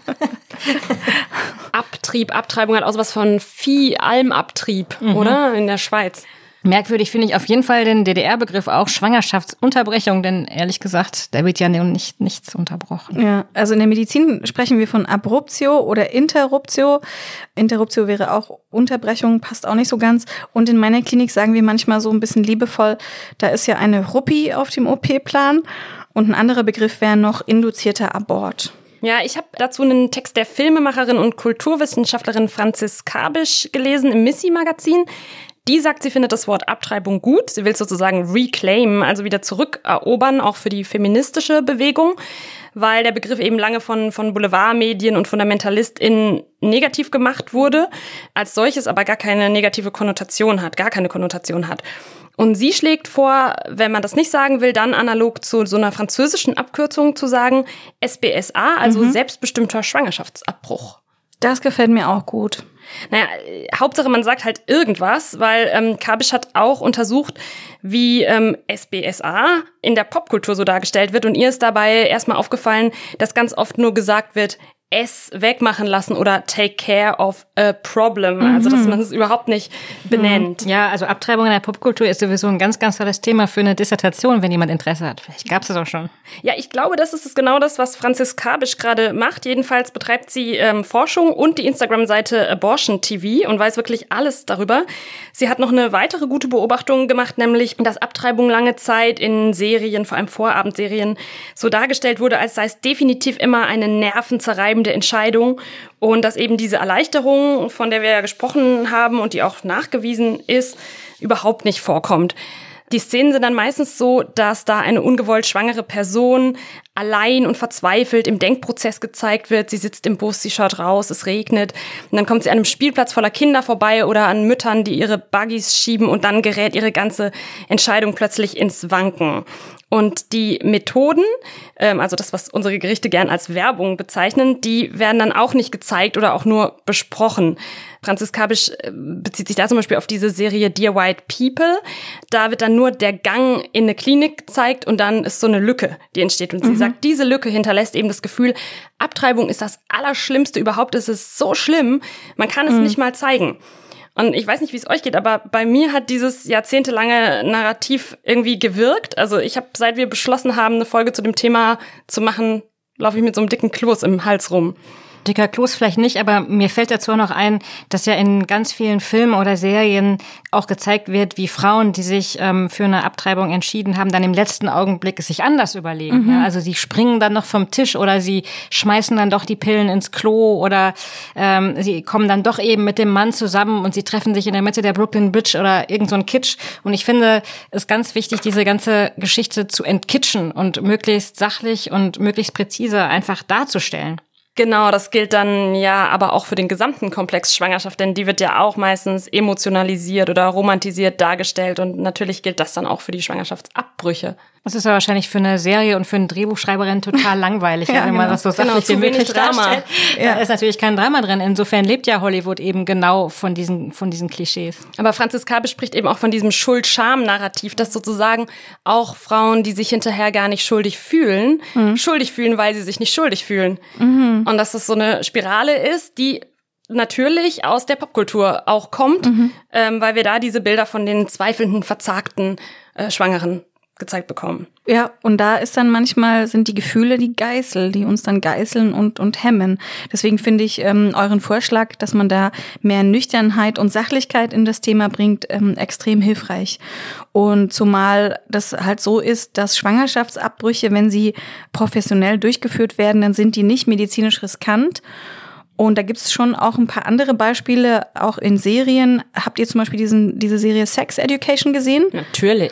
[SPEAKER 2] Abtrieb, Abtreibung hat auch sowas von Vieh, Almabtrieb, mhm. oder? In der Schweiz.
[SPEAKER 1] Merkwürdig finde ich auf jeden Fall den D D R-Begriff auch Schwangerschaftsunterbrechung, denn ehrlich gesagt, da wird ja nicht nichts unterbrochen.
[SPEAKER 4] Ja, also in der Medizin sprechen wir von Abruptio oder Interruptio. Interruptio wäre auch Unterbrechung, passt auch nicht so ganz. Und in meiner Klinik sagen wir manchmal so ein bisschen liebevoll, da ist ja eine Ruppi auf dem O P-Plan. Und ein anderer Begriff wäre noch induzierter Abort.
[SPEAKER 2] Ja, ich habe dazu einen Text der Filmemacherin und Kulturwissenschaftlerin Franziska Kabisch gelesen im Missy-Magazin. Die sagt, sie findet das Wort Abtreibung gut. Sie will es sozusagen reclaim, also wieder zurückerobern, auch für die feministische Bewegung, weil der Begriff eben lange von, von Boulevardmedien und FundamentalistInnen negativ gemacht wurde, als solches aber gar keine negative Konnotation hat, gar keine Konnotation hat. Und sie schlägt vor, wenn man das nicht sagen will, dann analog zu so einer französischen Abkürzung zu sagen, S B S A, also mhm. selbstbestimmter Schwangerschaftsabbruch.
[SPEAKER 4] Das gefällt mir auch gut.
[SPEAKER 2] Naja, Hauptsache man sagt halt irgendwas, weil ähm, Kabisch hat auch untersucht, wie ähm, S B S A in der Popkultur so dargestellt wird. Und ihr ist dabei erstmal aufgefallen, dass ganz oft nur gesagt wird, S wegmachen lassen oder take care of a problem. Mhm. Also, dass man es überhaupt nicht benennt.
[SPEAKER 1] Ja, also Abtreibung in der Popkultur ist sowieso ein ganz, ganz tolles Thema für eine Dissertation, wenn jemand Interesse hat. Vielleicht gab es das auch schon.
[SPEAKER 2] Ja, ich glaube, das ist genau das, was Franziska Kabisch gerade macht. Jedenfalls betreibt sie ähm, Forschung und die Instagram-Seite Abortion T V und weiß wirklich alles darüber. Sie hat noch eine weitere gute Beobachtung gemacht, nämlich, dass Abtreibung lange Zeit in Serien, vor allem Vorabendserien, so dargestellt wurde, als sei es definitiv immer eine nervenzerreibende Entscheidung und dass eben diese Erleichterung, von der wir ja gesprochen haben und die auch nachgewiesen ist, überhaupt nicht vorkommt. Die Szenen sind dann meistens so, dass da eine ungewollt schwangere Person allein und verzweifelt im Denkprozess gezeigt wird. Sie sitzt im Bus, sie schaut raus, es regnet. Und dann kommt sie an einem Spielplatz voller Kinder vorbei oder an Müttern, die ihre Buggies schieben und dann gerät ihre ganze Entscheidung plötzlich ins Wanken. Und die Methoden, ähm, also das, was unsere Gerichte gern als Werbung bezeichnen, die werden dann auch nicht gezeigt oder auch nur besprochen. Franziska Kabisch bezieht sich da zum Beispiel auf diese Serie Dear White People. Da wird dann nur der Gang in eine Klinik gezeigt und dann ist so eine Lücke, die entsteht. Und sie mhm. sagt, diese Lücke hinterlässt eben das Gefühl, Abtreibung ist das Allerschlimmste überhaupt. Es ist so schlimm, man kann es mhm. nicht mal zeigen. Und ich weiß nicht, wie es euch geht, aber bei mir hat dieses jahrzehntelange Narrativ irgendwie gewirkt. Also ich habe, seit wir beschlossen haben, eine Folge zu dem Thema zu machen, laufe ich mit so einem dicken Kloß im Hals rum.
[SPEAKER 1] Dicker Kloß vielleicht nicht, aber mir fällt dazu auch noch ein, dass ja in ganz vielen Filmen oder Serien auch gezeigt wird, wie Frauen, die sich ähm, für eine Abtreibung entschieden haben, dann im letzten Augenblick es sich anders überlegen. Mhm. Ja, also sie springen dann noch vom Tisch oder sie schmeißen dann doch die Pillen ins Klo oder ähm, sie kommen dann doch eben mit dem Mann zusammen und sie treffen sich in der Mitte der Brooklyn Bridge oder irgend so ein Kitsch. Und ich finde, es ist ganz wichtig, diese ganze Geschichte zu entkitschen und möglichst sachlich und möglichst präzise einfach darzustellen.
[SPEAKER 2] Genau, das gilt dann ja aber auch für den gesamten Komplex Schwangerschaft, denn die wird ja auch meistens emotionalisiert oder romantisiert dargestellt und natürlich gilt das dann auch für die Schwangerschaftsabbrüche.
[SPEAKER 1] Das ist ja wahrscheinlich für eine Serie und für eine Drehbuchschreiberin total langweilig, ja, wenn man genau. das so sachlich
[SPEAKER 2] genau,
[SPEAKER 1] wie möglich
[SPEAKER 2] Drama.
[SPEAKER 1] Ja. Da ist natürlich kein Drama drin. Insofern lebt ja Hollywood eben genau von diesen, von diesen Klischees.
[SPEAKER 2] Aber Franziska Kabisch spricht eben auch von diesem Schuld-Scham-Narrativ, dass sozusagen auch Frauen, die sich hinterher gar nicht schuldig fühlen, mhm. schuldig fühlen, weil sie sich nicht schuldig fühlen. Mhm. Und dass es so eine Spirale ist, die natürlich aus der Popkultur auch kommt, mhm. ähm, weil wir da diese Bilder von den zweifelnden, verzagten äh, Schwangeren gezeigt bekommen.
[SPEAKER 4] Ja, und da ist dann manchmal, sind die Gefühle die Geißel, die uns dann geißeln und und hemmen. Deswegen finde ich ähm, euren Vorschlag, dass man da mehr Nüchternheit und Sachlichkeit in das Thema bringt, ähm, extrem hilfreich. Und zumal das halt so ist, dass Schwangerschaftsabbrüche, wenn sie professionell durchgeführt werden, dann sind die nicht medizinisch riskant. Und da gibt es schon auch ein paar andere Beispiele, auch in Serien. Habt ihr zum Beispiel diesen, diese Serie Sex Education gesehen?
[SPEAKER 2] Natürlich.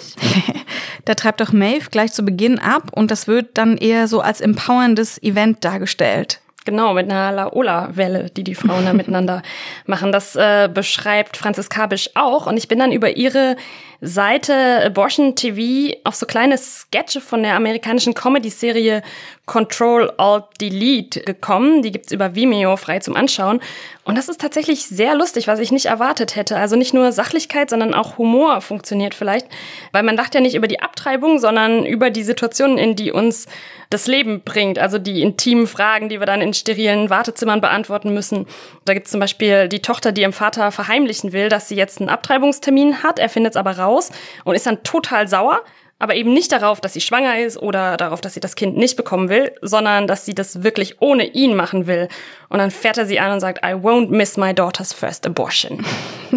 [SPEAKER 4] Da treibt doch Maeve gleich zu Beginn ab und das wird dann eher so als empowerndes Event dargestellt.
[SPEAKER 2] Genau, mit einer Laola-Welle, die die Frauen da miteinander machen. Das äh, beschreibt Franziska Kabisch auch. Und ich bin dann über ihre Seite Abortion T V auf so kleine Sketche von der amerikanischen Comedy-Serie Control Alt Delete gekommen. Die gibt's über Vimeo frei zum Anschauen. Und das ist tatsächlich sehr lustig, was ich nicht erwartet hätte. Also nicht nur Sachlichkeit, sondern auch Humor funktioniert vielleicht. Weil man lacht ja nicht über die Abtreibung, sondern über die Situationen, in die uns das Leben bringt. Also die intimen Fragen, die wir dann in sterilen Wartezimmern beantworten müssen. Da gibt's zum Beispiel die Tochter, die ihrem Vater verheimlichen will, dass sie jetzt einen Abtreibungstermin hat. Er findet es aber raus und ist dann total sauer. Aber eben nicht darauf, dass sie schwanger ist oder darauf, dass sie das Kind nicht bekommen will, sondern dass sie das wirklich ohne ihn machen will. Und dann fährt er sie an und sagt, I won't miss my daughter's first abortion.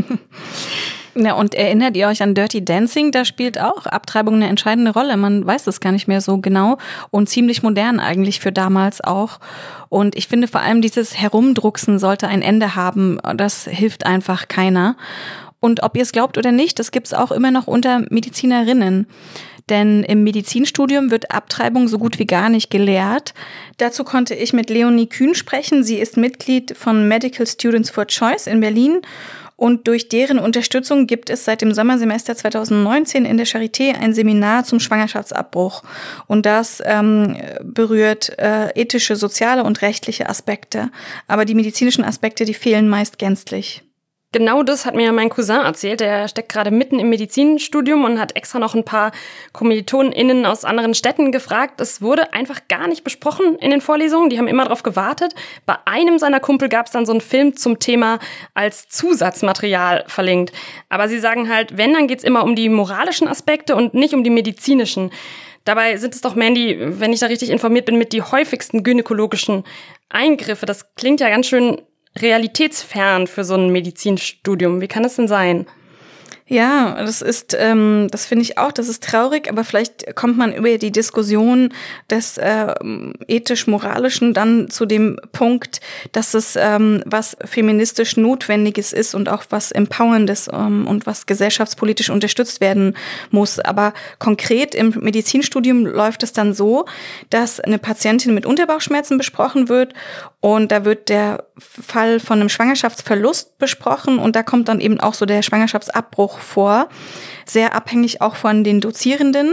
[SPEAKER 4] Ja, und erinnert ihr euch an Dirty Dancing? Da spielt auch Abtreibung eine entscheidende Rolle. Man weiß es gar nicht mehr so genau und ziemlich modern eigentlich für damals auch. Und ich finde vor allem dieses Herumdrucksen sollte ein Ende haben. Das hilft einfach keiner. Und ob ihr es glaubt oder nicht, das gibt's auch immer noch unter Medizinerinnen. Denn im Medizinstudium wird Abtreibung so gut wie gar nicht gelehrt. Dazu konnte ich mit Leonie Kühn sprechen. Sie ist Mitglied von Medical Students for Choice in Berlin. Und durch deren Unterstützung gibt es seit dem Sommersemester zweitausendneunzehn in der Charité ein Seminar zum Schwangerschaftsabbruch. Und das ähm, berührt äh, ethische, soziale und rechtliche Aspekte. Aber die medizinischen Aspekte, die fehlen meist gänzlich.
[SPEAKER 2] Genau das hat mir mein Cousin erzählt. Der steckt gerade mitten im Medizinstudium und hat extra noch ein paar KommilitonInnen aus anderen Städten gefragt. Es wurde einfach gar nicht besprochen in den Vorlesungen. Die haben immer drauf gewartet. Bei einem seiner Kumpel gab es dann so einen Film zum Thema als Zusatzmaterial verlinkt. Aber sie sagen halt, wenn, dann geht's immer um die moralischen Aspekte und nicht um die medizinischen. Dabei sind es doch, Mandy, wenn ich da richtig informiert bin, mit die häufigsten gynäkologischen Eingriffe. Das klingt ja ganz schön realitätsfern für so ein Medizinstudium. Wie kann das denn sein?
[SPEAKER 4] Ja, das ist, ähm, das finde ich auch, das ist traurig, aber vielleicht kommt man über die Diskussion des äh, ethisch-moralischen dann zu dem Punkt, dass es ähm, was feministisch Notwendiges ist und auch was Empowerndes ähm, und was gesellschaftspolitisch unterstützt werden muss. Aber konkret im Medizinstudium läuft es dann so, dass eine Patientin mit Unterbauchschmerzen besprochen wird und da wird der Fall von einem Schwangerschaftsverlust besprochen und da kommt dann eben auch so der Schwangerschaftsabbruch vor, sehr abhängig auch von den Dozierenden.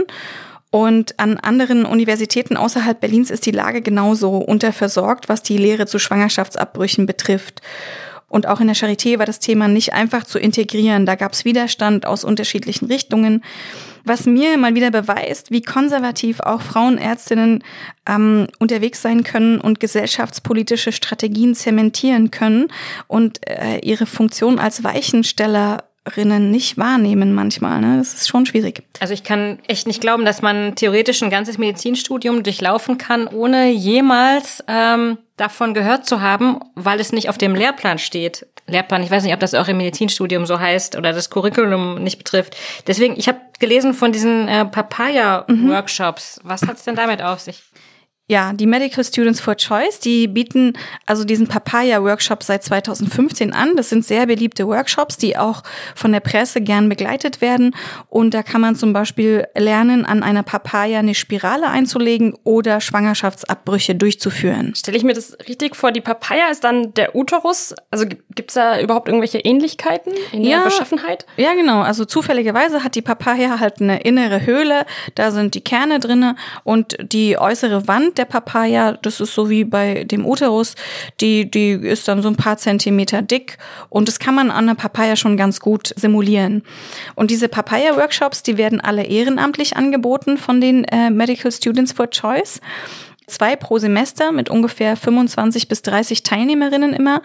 [SPEAKER 4] Und an anderen Universitäten außerhalb Berlins ist die Lage genauso unterversorgt, was die Lehre zu Schwangerschaftsabbrüchen betrifft. Und auch in der Charité war das Thema nicht einfach zu integrieren. Da gab es Widerstand aus unterschiedlichen Richtungen, was mir mal wieder beweist, wie konservativ auch Frauenärztinnen ähm, unterwegs sein können und gesellschaftspolitische Strategien zementieren können und äh, ihre Funktion als Weichensteller nicht wahrnehmen manchmal, ne? Das ist schon schwierig.
[SPEAKER 1] Also ich kann echt nicht glauben, dass man theoretisch ein ganzes Medizinstudium durchlaufen kann, ohne jemals ähm, davon gehört zu haben, weil es nicht auf dem Lehrplan steht. Lehrplan, ich weiß nicht, ob das auch im Medizinstudium so heißt oder das Curriculum nicht betrifft. Deswegen, ich habe gelesen von diesen äh, Papaya-Workshops. Mhm. Was hat's denn damit auf sich?
[SPEAKER 4] Ja, die Medical Students for Choice, die bieten also diesen Papaya-Workshop seit zweitausendfünfzehn an. Das sind sehr beliebte Workshops, die auch von der Presse gern begleitet werden. Und da kann man zum Beispiel lernen, an einer Papaya eine Spirale einzulegen oder Schwangerschaftsabbrüche durchzuführen.
[SPEAKER 2] Stelle ich mir das richtig vor, die Papaya ist dann der Uterus? Also gibt's da überhaupt irgendwelche Ähnlichkeiten in der
[SPEAKER 4] ja,
[SPEAKER 2] Beschaffenheit?
[SPEAKER 4] Ja, genau. Also zufälligerweise hat die Papaya halt eine innere Höhle. Da sind die Kerne drinne und die äußere Wand der Papaya, das ist so wie bei dem Uterus, die, die ist dann so ein paar Zentimeter dick und das kann man an der Papaya schon ganz gut simulieren. Und diese Papaya-Workshops, die werden alle ehrenamtlich angeboten von den äh, Medical Students for Choice. Zwei pro Semester mit ungefähr fünfundzwanzig bis dreißig Teilnehmerinnen immer.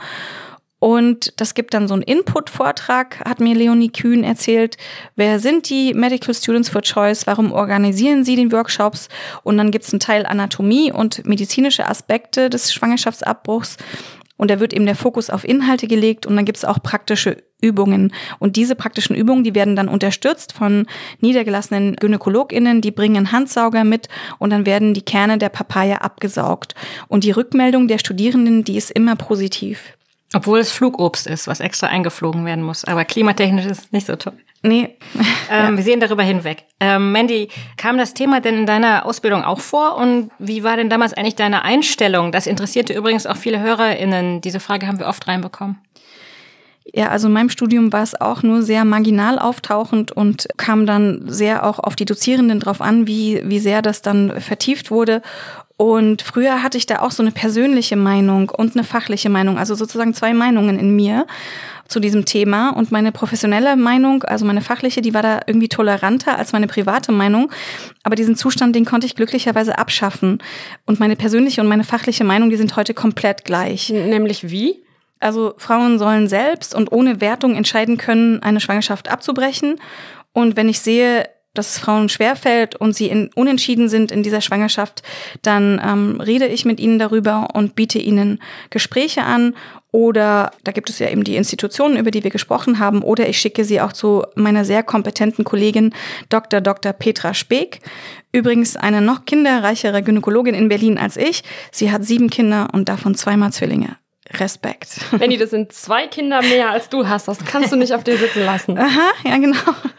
[SPEAKER 4] Und das gibt dann so einen Input-Vortrag, hat mir Leonie Kühn erzählt. Wer sind die Medical Students for Choice? Warum organisieren sie den Workshops? Und dann gibt's einen Teil Anatomie und medizinische Aspekte des Schwangerschaftsabbruchs. Und da wird eben der Fokus auf Inhalte gelegt und dann gibt's auch praktische Übungen. Und diese praktischen Übungen, die werden dann unterstützt von niedergelassenen GynäkologInnen, die bringen einen Handsauger mit und dann werden die Kerne der Papaya abgesaugt. Und die Rückmeldung der Studierenden, die ist immer positiv.
[SPEAKER 1] Obwohl es Flugobst ist, was extra eingeflogen werden muss. Aber klimatechnisch ist es nicht so toll.
[SPEAKER 4] Nee.
[SPEAKER 1] ähm, wir sehen darüber hinweg. Ähm, Mandy, kam das Thema denn in deiner Ausbildung auch vor? Und wie war denn damals eigentlich deine Einstellung? Das interessierte übrigens auch viele HörerInnen. Diese Frage haben wir oft reinbekommen.
[SPEAKER 4] Ja, also in meinem Studium war es auch nur sehr marginal auftauchend und kam dann sehr auch auf die Dozierenden drauf an, wie, wie sehr das dann vertieft wurde. Und früher hatte ich da auch so eine persönliche Meinung und eine fachliche Meinung, also sozusagen zwei Meinungen in mir zu diesem Thema. Und meine professionelle Meinung, also meine fachliche, die war da irgendwie toleranter als meine private Meinung. Aber diesen Zustand, den konnte ich glücklicherweise abschaffen. Und meine persönliche und meine fachliche Meinung, die sind heute komplett gleich.
[SPEAKER 2] Nämlich wie?
[SPEAKER 4] Also Frauen sollen selbst und ohne Wertung entscheiden können, eine Schwangerschaft abzubrechen. Und wenn ich sehe, dass es Frauen schwerfällt und sie in, unentschieden sind in dieser Schwangerschaft, dann ähm, rede ich mit ihnen darüber und biete ihnen Gespräche an. Oder da gibt es ja eben die Institutionen, über die wir gesprochen haben. Oder ich schicke sie auch zu meiner sehr kompetenten Kollegin Doktor Doktor Petra Speek. Übrigens eine noch kinderreichere Gynäkologin in Berlin als ich. Sie hat sieben Kinder und davon zweimal Zwillinge. Respekt.
[SPEAKER 2] Benni, das sind zwei Kinder mehr als du hast. Das kannst du nicht auf dir sitzen lassen.
[SPEAKER 4] Aha, ja genau.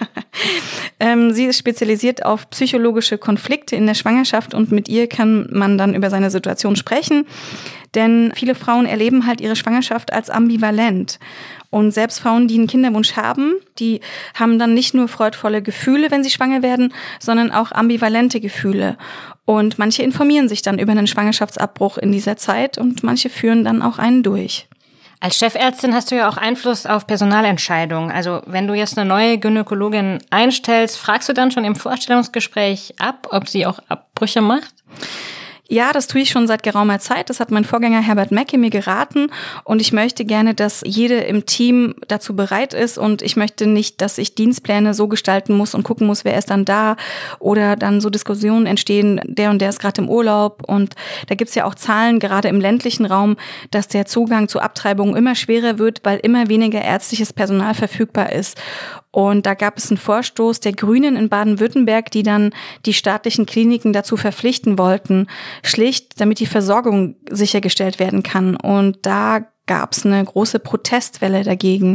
[SPEAKER 4] ähm, sie ist spezialisiert auf psychologische Konflikte in der Schwangerschaft und mit ihr kann man dann über seine Situation sprechen. Denn viele Frauen erleben halt ihre Schwangerschaft als ambivalent. Und selbst Frauen, die einen Kinderwunsch haben, die haben dann nicht nur freudvolle Gefühle, wenn sie schwanger werden, sondern auch ambivalente Gefühle. Und manche informieren sich dann über einen Schwangerschaftsabbruch in dieser Zeit und manche führen dann auch einen durch.
[SPEAKER 1] Als Chefärztin hast du ja auch Einfluss auf Personalentscheidungen. Also wenn du jetzt eine neue Gynäkologin einstellst, fragst du dann schon im Vorstellungsgespräch ab, ob sie auch Abbrüche macht?
[SPEAKER 4] Ja, das tue ich schon seit geraumer Zeit. Das hat mein Vorgänger Herbert Mecke mir geraten. Und ich möchte gerne, dass jede im Team dazu bereit ist. Und ich möchte nicht, dass ich Dienstpläne so gestalten muss und gucken muss, wer ist dann da. Oder dann so Diskussionen entstehen, der und der ist gerade im Urlaub. Und da gibt's ja auch Zahlen, gerade im ländlichen Raum, dass der Zugang zu Abtreibungen immer schwerer wird, weil immer weniger ärztliches Personal verfügbar ist. Und da gab es einen Vorstoß der Grünen in Baden-Württemberg, die dann die staatlichen Kliniken dazu verpflichten wollten, schlicht, damit die Versorgung sichergestellt werden kann. Und da gab es eine große Protestwelle dagegen.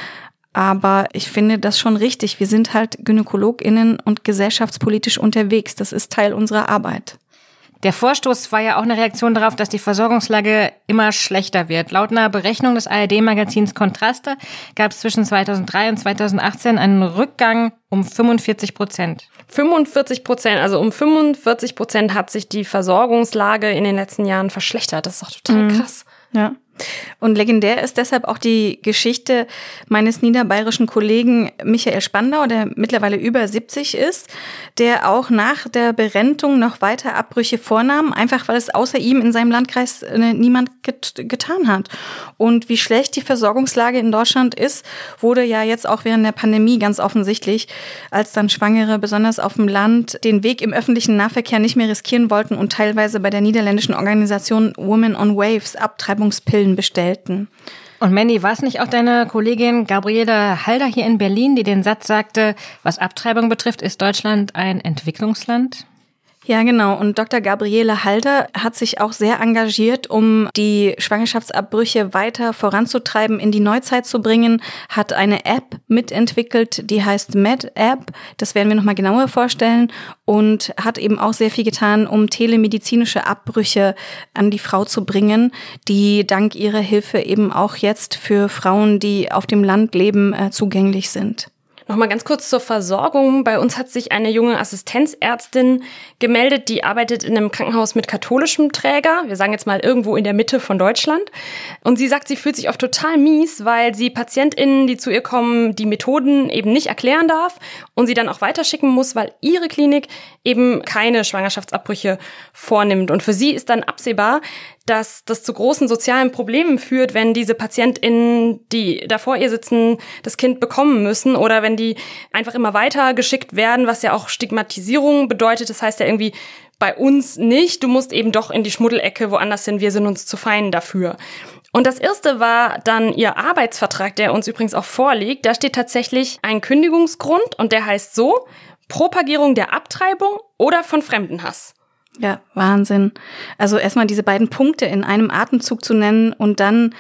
[SPEAKER 4] Aber ich finde das schon richtig. Wir sind halt GynäkologInnen und gesellschaftspolitisch unterwegs. Das ist Teil unserer Arbeit.
[SPEAKER 1] Der Vorstoß war ja auch eine Reaktion darauf, dass die Versorgungslage immer schlechter wird. Laut einer Berechnung des A R D-Magazins Kontraste gab es zwischen zweitausenddrei und zweitausendachtzehn einen Rückgang um fünfundvierzig Prozent.
[SPEAKER 2] fünfundvierzig Prozent, also um fünfundvierzig Prozent hat sich die Versorgungslage in den letzten Jahren verschlechtert. Das ist doch total
[SPEAKER 4] mhm.
[SPEAKER 2] krass.
[SPEAKER 4] Ja. Und legendär ist deshalb auch die Geschichte meines niederbayerischen Kollegen Michael Spandau, der mittlerweile über siebzig ist, der auch nach der Berentung noch weiter Abbrüche vornahm, einfach weil es außer ihm in seinem Landkreis niemand get- getan hat. Und wie schlecht die Versorgungslage in Deutschland ist, wurde ja jetzt auch während der Pandemie ganz offensichtlich, als dann Schwangere besonders auf dem Land den Weg im öffentlichen Nahverkehr nicht mehr riskieren wollten und teilweise bei der niederländischen Organisation Women on Waves Abtreibungspillen bestellten.
[SPEAKER 1] Und Mandy, war es nicht auch deine Kollegin Gabriele Halder hier in Berlin, die den Satz sagte, was Abtreibung betrifft, ist Deutschland ein Entwicklungsland?
[SPEAKER 4] Ja, genau. Und Doktor Gabriele Halder hat sich auch sehr engagiert, um die Schwangerschaftsabbrüche weiter voranzutreiben, in die Neuzeit zu bringen, hat eine App mitentwickelt, die heißt Med-App. Das werden wir nochmal genauer vorstellen und hat eben auch sehr viel getan, um telemedizinische Abbrüche an die Frau zu bringen, die dank ihrer Hilfe eben auch jetzt für Frauen, die auf dem Land leben, zugänglich sind.
[SPEAKER 2] Nochmal ganz kurz zur Versorgung. Bei uns hat sich eine junge Assistenzärztin gemeldet, die arbeitet in einem Krankenhaus mit katholischem Träger. Wir sagen jetzt mal irgendwo in der Mitte von Deutschland. Und sie sagt, sie fühlt sich oft total mies, weil sie PatientInnen, die zu ihr kommen, die Methoden eben nicht erklären darf und sie dann auch weiterschicken muss, weil ihre Klinik eben keine Schwangerschaftsabbrüche vornimmt. Und für sie ist dann absehbar, dass das zu großen sozialen Problemen führt, wenn diese PatientInnen, die da vor ihr sitzen, das Kind bekommen müssen oder wenn die einfach immer weiter geschickt werden, was ja auch Stigmatisierung bedeutet. Das heißt ja irgendwie bei uns nicht, du musst eben doch in die Schmuddelecke woanders hin, wir sind uns zu fein dafür. Und das erste war dann ihr Arbeitsvertrag, der uns übrigens auch vorliegt. Da steht tatsächlich ein Kündigungsgrund und der heißt so: Propagierung der Abtreibung oder von Fremdenhass.
[SPEAKER 4] Ja, Wahnsinn. Also erstmal diese beiden Punkte in einem Atemzug zu nennen und dann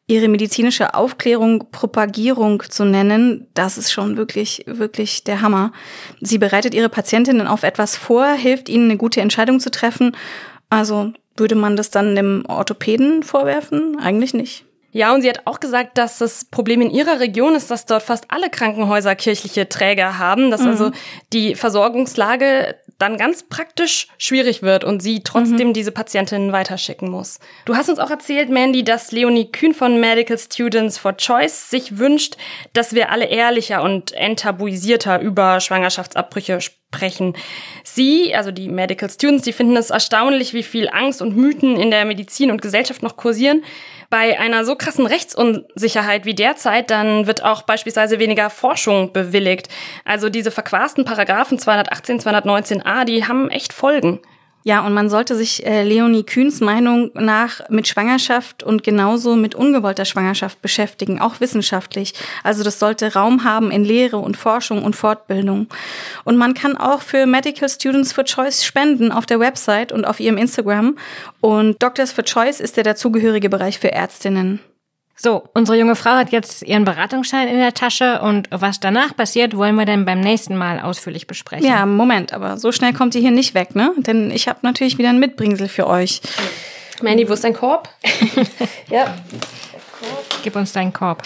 [SPEAKER 4] ihre medizinische Aufklärung Propagierung zu nennen, das ist schon wirklich, wirklich der Hammer. Sie bereitet ihre Patientinnen auf etwas vor, hilft ihnen, eine gute Entscheidung zu treffen. Also würde man das dann dem Orthopäden vorwerfen? Eigentlich nicht.
[SPEAKER 2] Ja, und sie hat auch gesagt, dass das Problem in ihrer Region ist, dass dort fast alle Krankenhäuser kirchliche Träger haben, dass mhm. also die Versorgungslage dann ganz praktisch schwierig wird und sie trotzdem mhm. diese Patientinnen weiterschicken muss. Du hast uns auch erzählt, Mandy, dass Leonie Kühn von Medical Students for Choice sich wünscht, dass wir alle ehrlicher und enttabuisierter über Schwangerschaftsabbrüche sprechen. Sie, also die Medical Students, die finden es erstaunlich, wie viel Angst und Mythen in der Medizin und Gesellschaft noch kursieren. Bei einer so krassen Rechtsunsicherheit wie derzeit, dann wird auch beispielsweise weniger Forschung bewilligt. Also diese verquasten Paragraphen zweihundertachtzehn, zweihundertneunzehn a, die haben echt Folgen.
[SPEAKER 4] Ja, und man sollte sich äh, Leonie Kühns Meinung nach mit Schwangerschaft und genauso mit ungewollter Schwangerschaft beschäftigen, auch wissenschaftlich. Also das sollte Raum haben in Lehre und Forschung und Fortbildung. Und man kann auch für Medical Students for Choice spenden auf der Website und auf ihrem Instagram. Und Doctors for Choice ist der dazugehörige Bereich für Ärztinnen.
[SPEAKER 1] So, unsere junge Frau hat jetzt ihren Beratungsschein in der Tasche und was danach passiert, wollen wir dann beim nächsten Mal ausführlich besprechen.
[SPEAKER 4] Ja, Moment, aber so schnell kommt ihr hier nicht weg, ne? Denn ich habe natürlich wieder ein Mitbringsel für euch.
[SPEAKER 2] Mandy, wo ist dein Korb?
[SPEAKER 4] Ja.
[SPEAKER 1] Gib uns deinen Korb.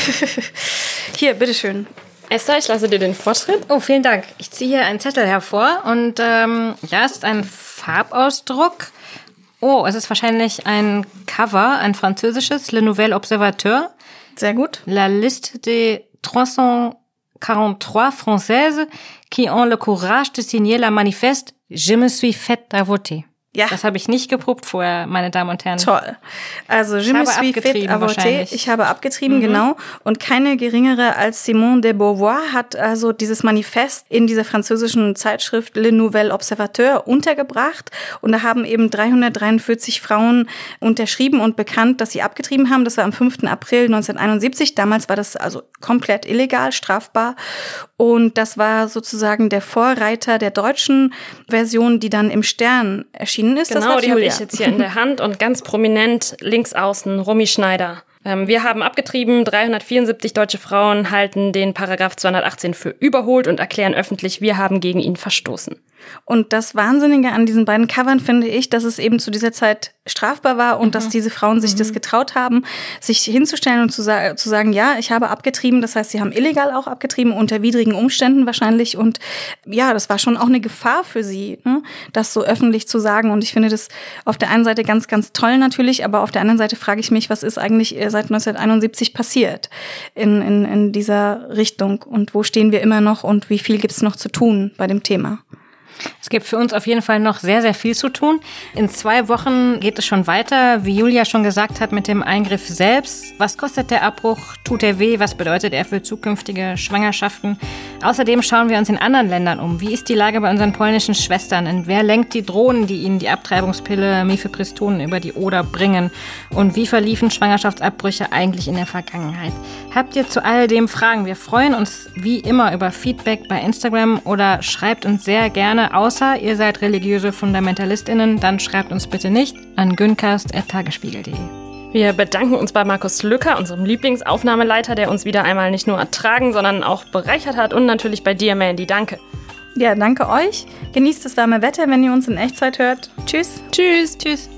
[SPEAKER 4] Hier, bitteschön.
[SPEAKER 2] Esther, ich lasse dir den Vortritt.
[SPEAKER 1] Oh, vielen Dank. Ich ziehe hier einen Zettel hervor und ähm, ja, es ist ein Farbausdruck. Oh, es ist wahrscheinlich ein Cover, ein französisches, Le Nouvel Observateur.
[SPEAKER 4] Sehr gut.
[SPEAKER 1] La liste des trois cent quarante-trois Françaises qui ont le courage de signer la manifeste Je me suis faite à voter.
[SPEAKER 4] Ja.
[SPEAKER 1] Das habe ich nicht geprobt vorher, meine Damen und Herren.
[SPEAKER 4] Toll. Also, je me suis faite à voter. Ich habe abgetrieben, mhm. genau. Und keine geringere als Simone de Beauvoir hat also dieses Manifest in dieser französischen Zeitschrift Le Nouvel Observateur untergebracht. Und da haben eben dreihundertdreiundvierzig Frauen unterschrieben und bekannt, dass sie abgetrieben haben. Das war am fünften April neunzehnhunderteinundsiebzig. Damals war das also komplett illegal, strafbar. Und das war sozusagen der Vorreiter der deutschen Version, die dann im Stern erschienen ist.
[SPEAKER 2] Genau,
[SPEAKER 4] das
[SPEAKER 2] die habe ich jetzt hier in der Hand und ganz prominent links außen Romy Schneider. Ähm, wir haben abgetrieben, dreihundertvierundsiebzig deutsche Frauen halten den Paragraph zweihundertachtzehn für überholt und erklären öffentlich, wir haben gegen ihn verstoßen.
[SPEAKER 4] Und das Wahnsinnige an diesen beiden Covern finde ich, dass es eben zu dieser Zeit strafbar war und mhm. dass diese Frauen sich mhm. das getraut haben, sich hinzustellen und zu, sa- zu sagen, ja, ich habe abgetrieben. Das heißt, sie haben illegal auch abgetrieben, unter widrigen Umständen wahrscheinlich. Und ja, das war schon auch eine Gefahr für sie, ne, das so öffentlich zu sagen. Und ich finde das auf der einen Seite ganz, ganz toll natürlich, aber auf der anderen Seite frage ich mich, was ist eigentlich seit neunzehnhunderteinundsiebzig passiert in, in, in dieser Richtung? Und wo stehen wir immer noch und wie viel gibt es noch zu tun bei dem Thema?
[SPEAKER 1] Es gibt für uns auf jeden Fall noch sehr, sehr viel zu tun. In zwei Wochen geht es schon weiter, wie Julia schon gesagt hat, mit dem Eingriff selbst. Was kostet der Abbruch? Tut er weh? Was bedeutet er für zukünftige Schwangerschaften? Außerdem schauen wir uns in anderen Ländern um. Wie ist die Lage bei unseren polnischen Schwestern? Und wer lenkt die Drohnen, die ihnen die Abtreibungspille Mifepriston über die Oder bringen? Und wie verliefen Schwangerschaftsabbrüche eigentlich in der Vergangenheit? Habt ihr zu all dem Fragen? Wir freuen uns wie immer über Feedback bei Instagram oder schreibt uns sehr gerne. Außer ihr seid religiöse FundamentalistInnen, dann schreibt uns bitte nicht an güncast at tagesspiegel punkt de.
[SPEAKER 2] Wir bedanken uns bei Markus Lücker, unserem Lieblingsaufnahmeleiter, der uns wieder einmal nicht nur ertragen, sondern auch bereichert hat. Und natürlich bei dir, Mandy. Danke.
[SPEAKER 4] Ja, danke euch. Genießt das warme Wetter, wenn ihr uns in Echtzeit hört. Tschüss.
[SPEAKER 2] Tschüss. Tschüss.